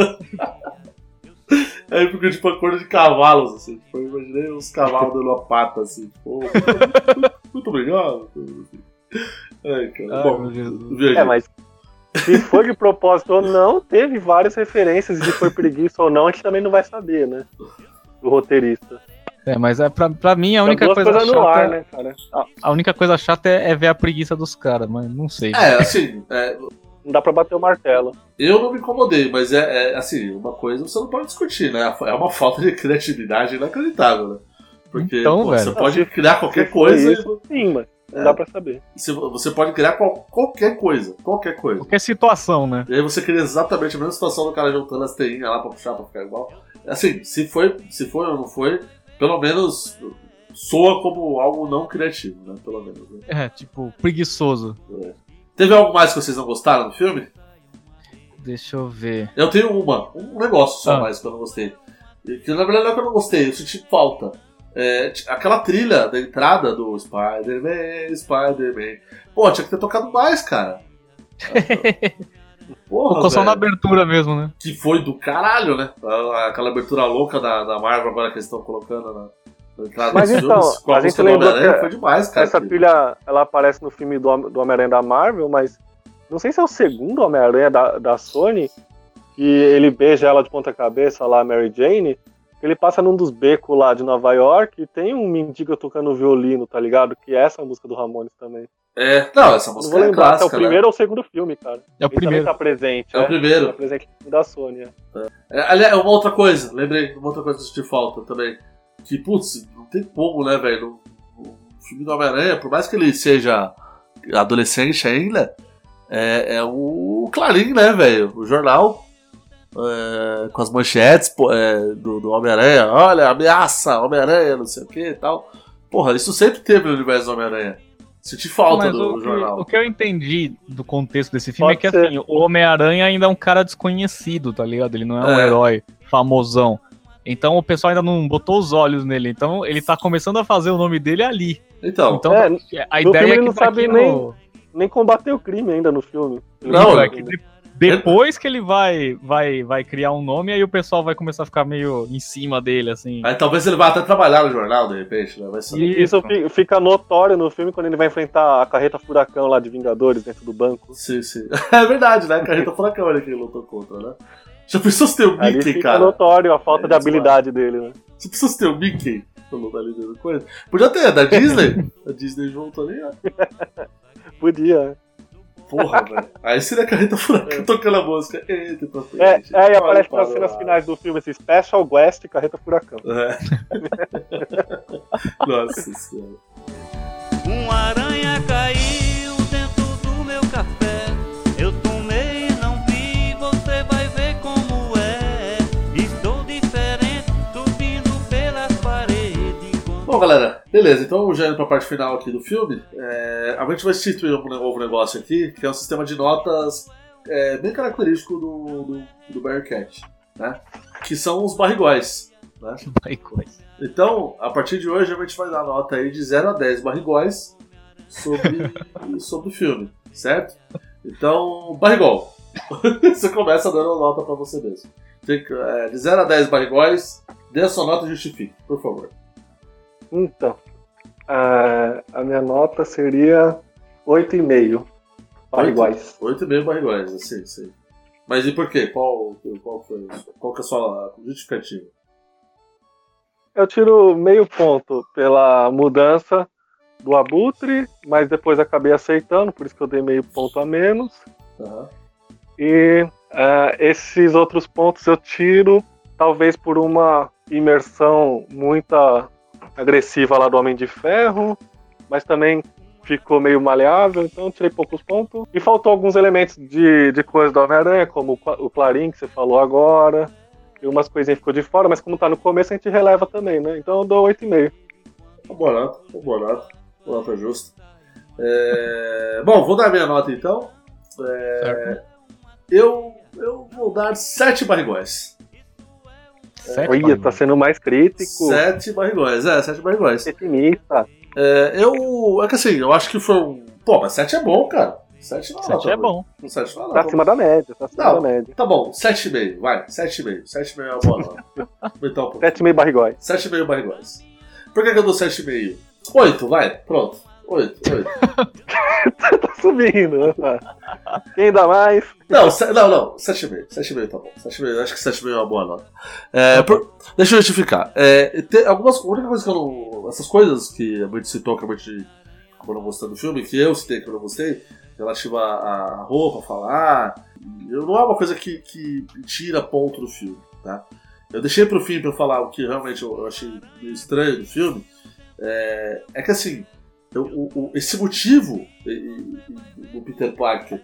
Aí ficou tipo acordo de cavalos, assim. Tipo, eu imaginei os cavalos dando uma pata, assim. Tipo, muito obrigado. Cara. Bom, mas se foi de propósito ou não, teve várias referências. E se foi preguiça ou não, a gente também não vai saber, né? O roteirista. Mas pra mim a única coisa chata... no ar, né, cara? A única coisa chata é ver a preguiça dos caras, mas não sei. Assim... Não dá pra bater o martelo. Eu não me incomodei, mas assim, uma coisa você não pode discutir, né? É uma falta de criatividade inacreditável, né? Porque então, você pode criar qualquer coisa... Isso, sim, mas não dá pra saber. Você pode criar qualquer coisa. Qualquer situação, né? E aí você cria exatamente a mesma situação do cara juntando as teinhas lá pra puxar, pra ficar igual. Assim, se foi ou não foi... Pelo menos soa como algo não criativo, né? Pelo menos. Né? Tipo, preguiçoso. Teve algo mais que vocês não gostaram do filme? Deixa eu ver. Eu tenho um negócio só mais que eu não gostei. Que na verdade não é que eu não gostei, eu senti falta. Aquela trilha da entrada do Spider-Man. Pô, tinha que ter tocado mais, cara. Porra, ficou só na abertura mesmo, né? Que foi do caralho, né? Aquela abertura louca da Marvel agora que eles estão colocando na entrada dos filmes. Com a música do Homem-Aranha foi demais, cara. Essa trilha, ela aparece no filme do Homem-Aranha da Marvel, mas não sei se é o segundo Homem-Aranha da Sony, que ele beija ela de ponta cabeça lá, a Mary Jane, ele passa num dos becos lá de Nova York e tem um mendigo tocando violino, tá ligado? Que é essa música do Ramones também. Não, essa música é clássica. É o né? primeiro ou o segundo filme, cara. É o primeiro. Tá presente. É o primeiro. Tá presente da Sony. Aliás, uma outra coisa, lembrei, uma outra coisa que eu senti falta também. Que, putz, não tem como, né, velho? O filme do Homem-Aranha, por mais que ele seja adolescente ainda, é o Clarim, né, velho? O jornal. Com as manchetes do Homem-Aranha. Olha, ameaça, Homem-Aranha, não sei o que e tal. Porra, isso sempre teve no universo do Homem-Aranha. Senti falta Mas do jornal. o que eu entendi do contexto desse filme Pode é que ser. assim, o Homem-Aranha ainda é um cara desconhecido, tá ligado? Ele não é um É. herói famosão. Então o pessoal ainda não botou os olhos nele. Então ele tá começando a fazer o nome dele ali. Então, Então É, a no ideia filme é ele que não sabe daqui nem combater o crime ainda no filme. Não, é que depois que ele vai criar um nome, aí o pessoal vai começar a ficar meio em cima dele, assim. aí talvez ele vá até trabalhar no jornal, de repente, né? Vai saber. Isso fica notório no filme quando ele vai enfrentar a carreta furacão lá de Vingadores dentro do banco. Sim, sim. É verdade, né? Carreta furacão ele que ele lutou contra, né? Já pensou se tem o Ali Mickey, fica cara? notório a falta É, de habilidade dele, né? Já pensou se tem o Mickey no lugar ali dentro da coisa? Podia ter, da Disney. A Disney junto ali, ó. Podia, né? Porra, velho. Aí seria a carreta furacão tocando a música. Eita, pra É, frente. e aparece Olha nas pra cenas lá. finais do filme esse Special Guest Carreta Furacão. É. Nossa senhora. Um aranha caiu dentro do meu café. Eu tomei e não vi, você vai ver como é. Estou diferente, subindo pelas paredes. Bom, galera, beleza. Então, já indo pra parte final aqui do filme, a gente vai instituir um novo negócio aqui, que é um sistema de notas bem característico do Bearcat, né? Que são os barrigóis, né? Então, a partir de hoje, a gente vai dar nota aí de 0 a 10 barrigóis sobre o filme, certo? Então, barrigol. Você começa dando a nota pra você mesmo. De 0 a 10 barrigóis, dê a sua nota e justifique, por favor. Então, a minha nota seria 8,5 barriguais. 8,5 barrigóis, assim, sim. Mas e por quê? Qual foi isso? Qual que é a sua justificativa? Eu tiro meio ponto pela mudança do Abutre, mas depois acabei aceitando, por isso que eu dei meio ponto a menos. Uhum. E esses outros pontos eu tiro, talvez por uma imersão muito agressiva lá do Homem de Ferro, mas também ficou meio maleável, então eu tirei poucos pontos. E faltou alguns elementos de coisa do Homem-Aranha, como o Clarim, que você falou agora, e umas coisinhas ficou de fora, mas como tá no começo a gente releva também, né? Então eu dou 8,5. Boa nota justa. Bom, vou dar minha nota então. Eu vou dar 7 barrigóis. Olha, tá sendo mais crítico. 7 barrigóis, 7 barrigóis. Pessimista. É que assim, eu acho que foi um. Pô, mas 7 é bom, cara. 7 não é 7 é bom. 7 não é Tá acima da média, Não. da média. Tá bom, 7,5, vai. 7,5. 7,5 é uma boa nota. Então, pô. 7,5 barrigóis. 7,5 barrigóis. Por que eu dou 7,5? 8, vai, pronto. 8. Tá subindo, né? Quem dá mais? Não, 7,5. 7,5 tá bom. 7,5, acho que 7,5 é uma boa nota. Deixa eu justificar. Tem algumas. A única coisa que eu não. Essas coisas que a gente citou, que a gente acabou não gostando do filme, que eu citei que eu não gostei, relativa à roupa, a falar. Não é uma coisa que tira ponto do filme, tá? Eu deixei pro fim pra eu falar o que realmente eu achei meio estranho do filme. É que assim, esse motivo do Peter Parker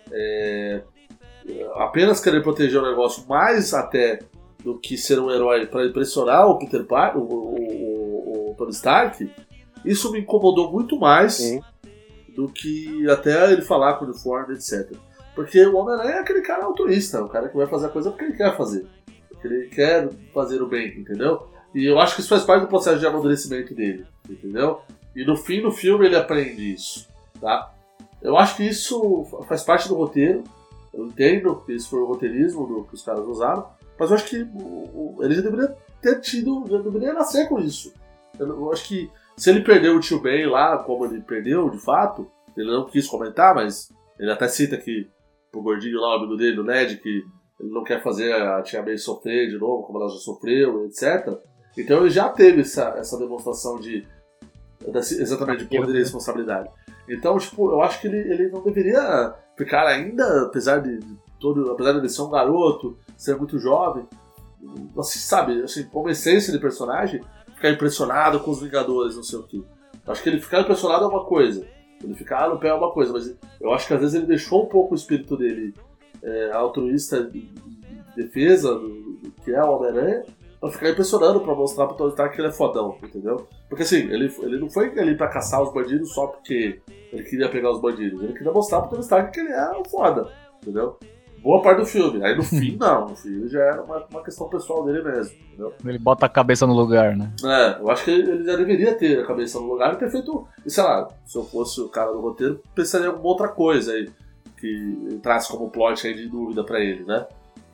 apenas querer proteger o negócio mais até do que ser um herói para impressionar o Peter Parker, o Tony Stark, isso me incomodou muito mais do que até ele falar com o uniforme, etc. Porque o Homem-Aranha é aquele cara altruísta, o cara que vai fazer a coisa porque ele quer fazer. Porque ele quer fazer o bem, entendeu? E eu acho que isso faz parte do processo de amadurecimento dele, entendeu? E no fim do filme ele aprende isso, tá? Eu acho que isso faz parte do roteiro, eu entendo que isso foi o roteirismo que os caras usaram, mas eu acho que ele já deveria ter tido, já deveria nascer com isso. Eu acho que se ele perdeu o tio Ben lá, como ele perdeu, de fato, ele não quis comentar, mas ele até cita que pro gordinho lá, o amigo dele, o Ned, que ele não quer fazer a tia May sofrer de novo, como ela já sofreu, etc. Então ele já teve essa demonstração exatamente de poder e responsabilidade. Então, tipo, eu acho que ele não deveria ficar ainda, apesar de ele ser um garoto, ser muito jovem, assim, sabe, assim, como essência de personagem, ficar impressionado com os Vingadores, não sei o que. Acho que ele ficar impressionado é uma coisa, ele ficar no pé é uma coisa, mas eu acho que às vezes ele deixou um pouco o espírito dele altruísta de defesa do que é o Homem-Aranha, pra ficar impressionando, pra mostrar pro Tony Stark que ele é fodão, entendeu? Porque assim, ele não foi ali pra caçar os bandidos só porque ele queria pegar os bandidos. Ele queria mostrar pro Tony Stark que ele é o foda, entendeu? Boa parte do filme. Aí no fim, não. No fim já era uma questão pessoal dele mesmo, entendeu? Ele bota a cabeça no lugar, né? Eu acho que ele já deveria ter a cabeça no lugar e ter feito... E sei lá, se eu fosse o cara do roteiro, pensaria em alguma outra coisa aí que entrasse como plot aí de dúvida pra ele, né?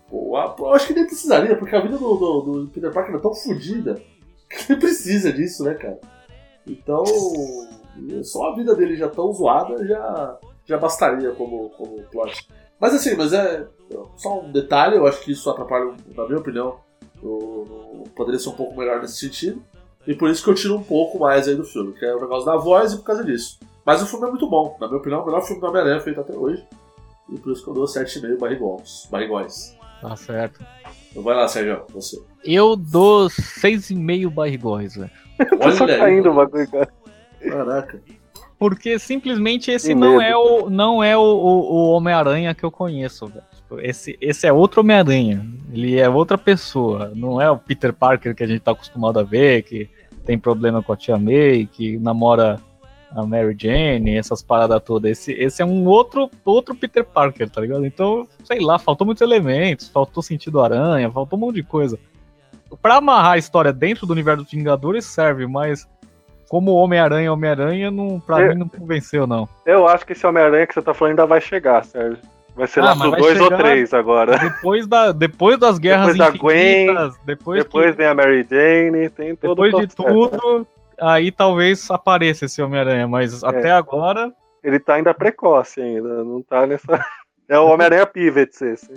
Eu acho que nem precisaria, porque a vida do Peter Parker é tão fodida que ele precisa disso, né, cara? Então, só a vida dele já tão zoada já bastaria como plot. Mas assim, é só um detalhe, eu acho que isso atrapalha, na minha opinião, poderia ser um pouco melhor nesse sentido. E por isso que eu tiro um pouco mais aí do filme, que é o negócio da voz e por causa disso. Mas o filme é muito bom, na minha opinião, o melhor filme do Homem-Aranha feito até hoje. E por isso que eu dou 7,5 barrigóis. Tá certo. Então vai lá, Sérgio, você. Eu dou 6,5 barrigóis, velho. Tá só caindo o bagulho, cara. Caraca. Porque simplesmente esse Que não é medo. o Homem-Aranha que eu conheço, velho. Tipo, esse é outro Homem-Aranha. Ele é outra pessoa. Não é o Peter Parker que a gente tá acostumado a ver, que tem problema com a Tia May, que namora a Mary Jane, essas paradas todas. Esse é um outro Peter Parker, tá ligado? Então, sei lá, faltou muitos elementos, faltou sentido aranha, faltou um monte de coisa. Pra amarrar a história dentro do universo dos Vingadores serve, mas como Homem-Aranha, pra mim não convenceu, não. Eu acho que esse Homem-Aranha que você tá falando ainda vai chegar, Sérgio. Vai ser lá mas pro vai 2 ou chegar 3 agora. Depois das guerras Depois da Gwen, infinitas, depois vem a Mary Jane, tem todo depois o de processo. tudo, aí talvez apareça esse Homem-Aranha, mas até agora... Ele tá ainda precoce ainda, não tá nessa... É o Homem-Aranha Pivots esse.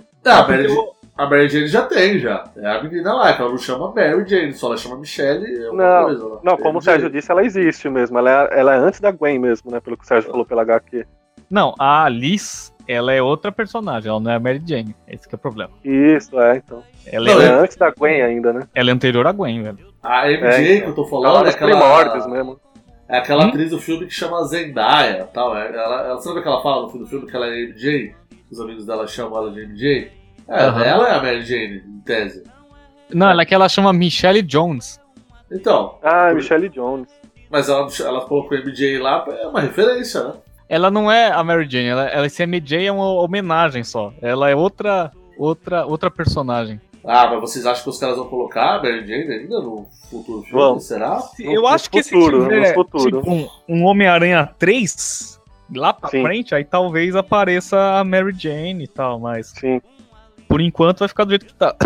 A Mary Jane já tem, já. É a menina lá, que ela não chama Mary Jane, só ela chama Michelle e alguma coisa lá. Não, como o Sérgio disse, ela existe mesmo. Ela é antes da Gwen mesmo, né? Pelo que o Sérgio falou pela HQ. Não, a Alice, ela é outra personagem, ela não é a Mary Jane. Esse que é o problema. Isso, então. Ela Ela é é antes da Gwen ainda, né? ela é anterior à Gwen, velho. A MJ que eu tô Ela falando é nos aquela... primórdios mesmo. É aquela atriz do filme que chama Zendaya, tal. Ela sabe o que ela fala no fim do filme, que ela é MJ? Os amigos dela chamam ela de MJ? Ela é a Mary Jane, em tese. Não, ela é que ela chama Michelle Jones. Então. Michelle Jones. Mas ela colocou MJ lá, é uma referência, né? Ela não é a Mary Jane, esse MJ é uma homenagem só. Ela é outra personagem. Mas vocês acham que os caras vão colocar a Mary Jane ainda no futuro filme? Vão. Será? Eu acho que se tiver tipo, um Homem-Aranha 3 lá pra frente, aí talvez apareça a Mary Jane e tal, mas Sim. por enquanto vai ficar do jeito que tá.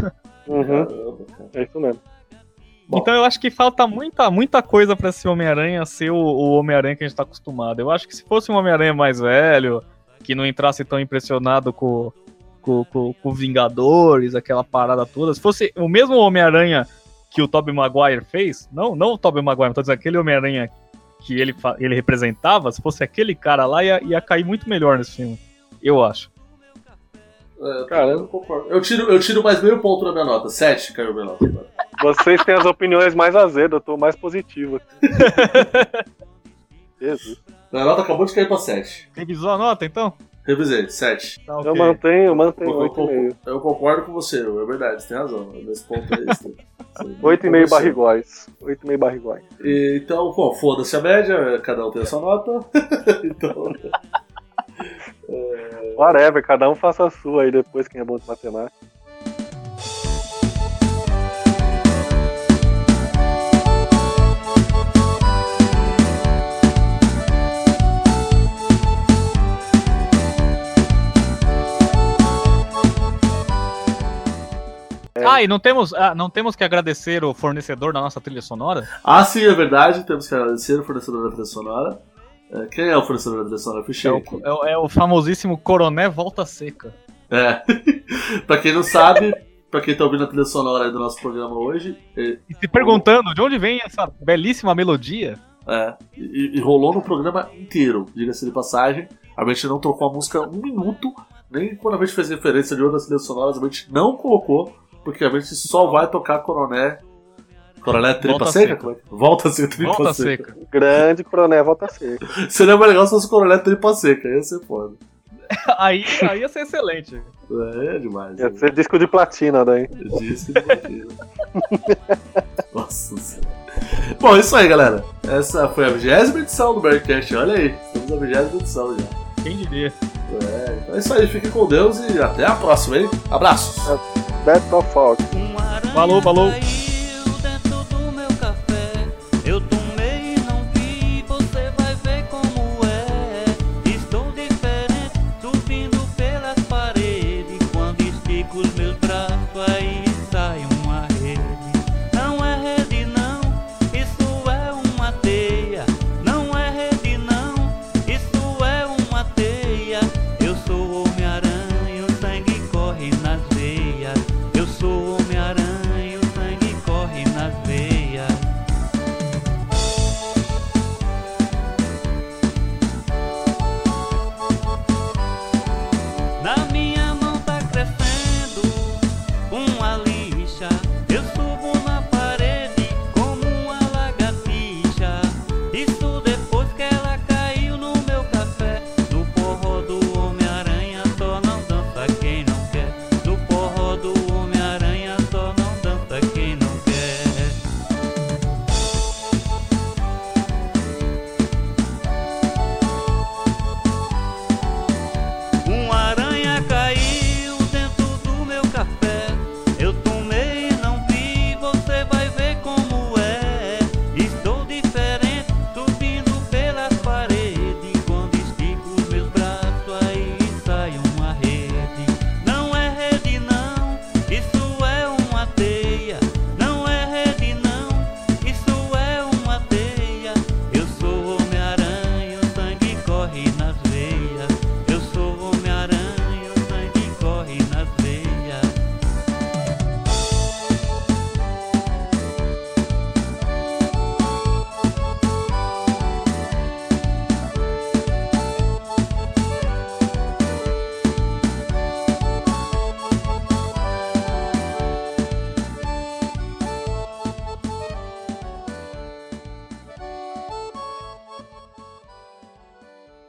É isso mesmo. Bom. Então eu acho que falta muita coisa pra esse Homem-Aranha ser o Homem-Aranha que a gente tá acostumado. Eu acho que se fosse um Homem-Aranha mais velho, que não entrasse tão impressionado com Vingadores, aquela parada toda, se fosse o mesmo Homem-Aranha que o Tobey Maguire fez, não o Tobey Maguire, tô dizendo aquele Homem-Aranha que ele representava, se fosse aquele cara lá, ia cair muito melhor nesse filme, eu acho. Cara, eu não concordo. Eu tiro mais meio ponto na minha nota. 7 caiu minha nota. Vocês têm as opiniões mais azedas, eu tô mais positivo aqui. Jesus. Minha nota acabou de cair pra 7. Revisou a nota, então? Revisei, 7. Tá, okay. Eu mantenho 8,5. Eu concordo com você, é verdade, você tem razão. Nesse ponto aí. 8,5 barrigóis. 8,5 barrigóis. Então, foda-se a média, cada um tem a sua nota. Então. Whatever, cada um faça a sua aí depois, quem é bom de matemática. E não temos que agradecer o fornecedor da nossa trilha sonora? Sim, é verdade, temos que agradecer o fornecedor da trilha sonora. Quem é o fornecedor da trilha sonora? É o famosíssimo Coroné Volta Seca. Pra quem não sabe, pra quem tá ouvindo a trilha sonora aí do nosso programa hoje... E se perguntando de onde vem essa belíssima melodia... E rolou no programa inteiro, diga-se de passagem. A gente não trocou a música um minuto, nem quando a gente fez referência de outras trilhas sonoras, a gente não colocou, porque a gente só vai tocar Coroné Tripa Seca? Volta Seca, Tripa Seca. Grande Coroné Volta Seca. Seria mais legal se fosse Coroné Tripa Seca, ia ser foda. aí ia ser excelente. É demais. Ia ser disco de platina daí. Disco de platina. Nossa senhora. Bom, é isso aí, galera. Essa foi a 20ª edição do Bearcast. Olha aí, estamos na 20ª edição já. Quem diria? Então é isso aí, fiquem com Deus e até a próxima, hein? Abraços! Best of all. Falou, falou. Caiu dentro do meu café. Eu tomei e não vi, você vai ver como é. Estou diferente, subindo pelas paredes. Quando estico os meus braços, aí sai uma rede. Não é rede não, isso é uma teia. Não é rede não, isso é uma teia. Eu sou Homem-Aranha, o sangue corre nas veias. Eu sou Homem-Aranha, o sangue corre nas veias. Na minha mão tá crescendo uma lixa.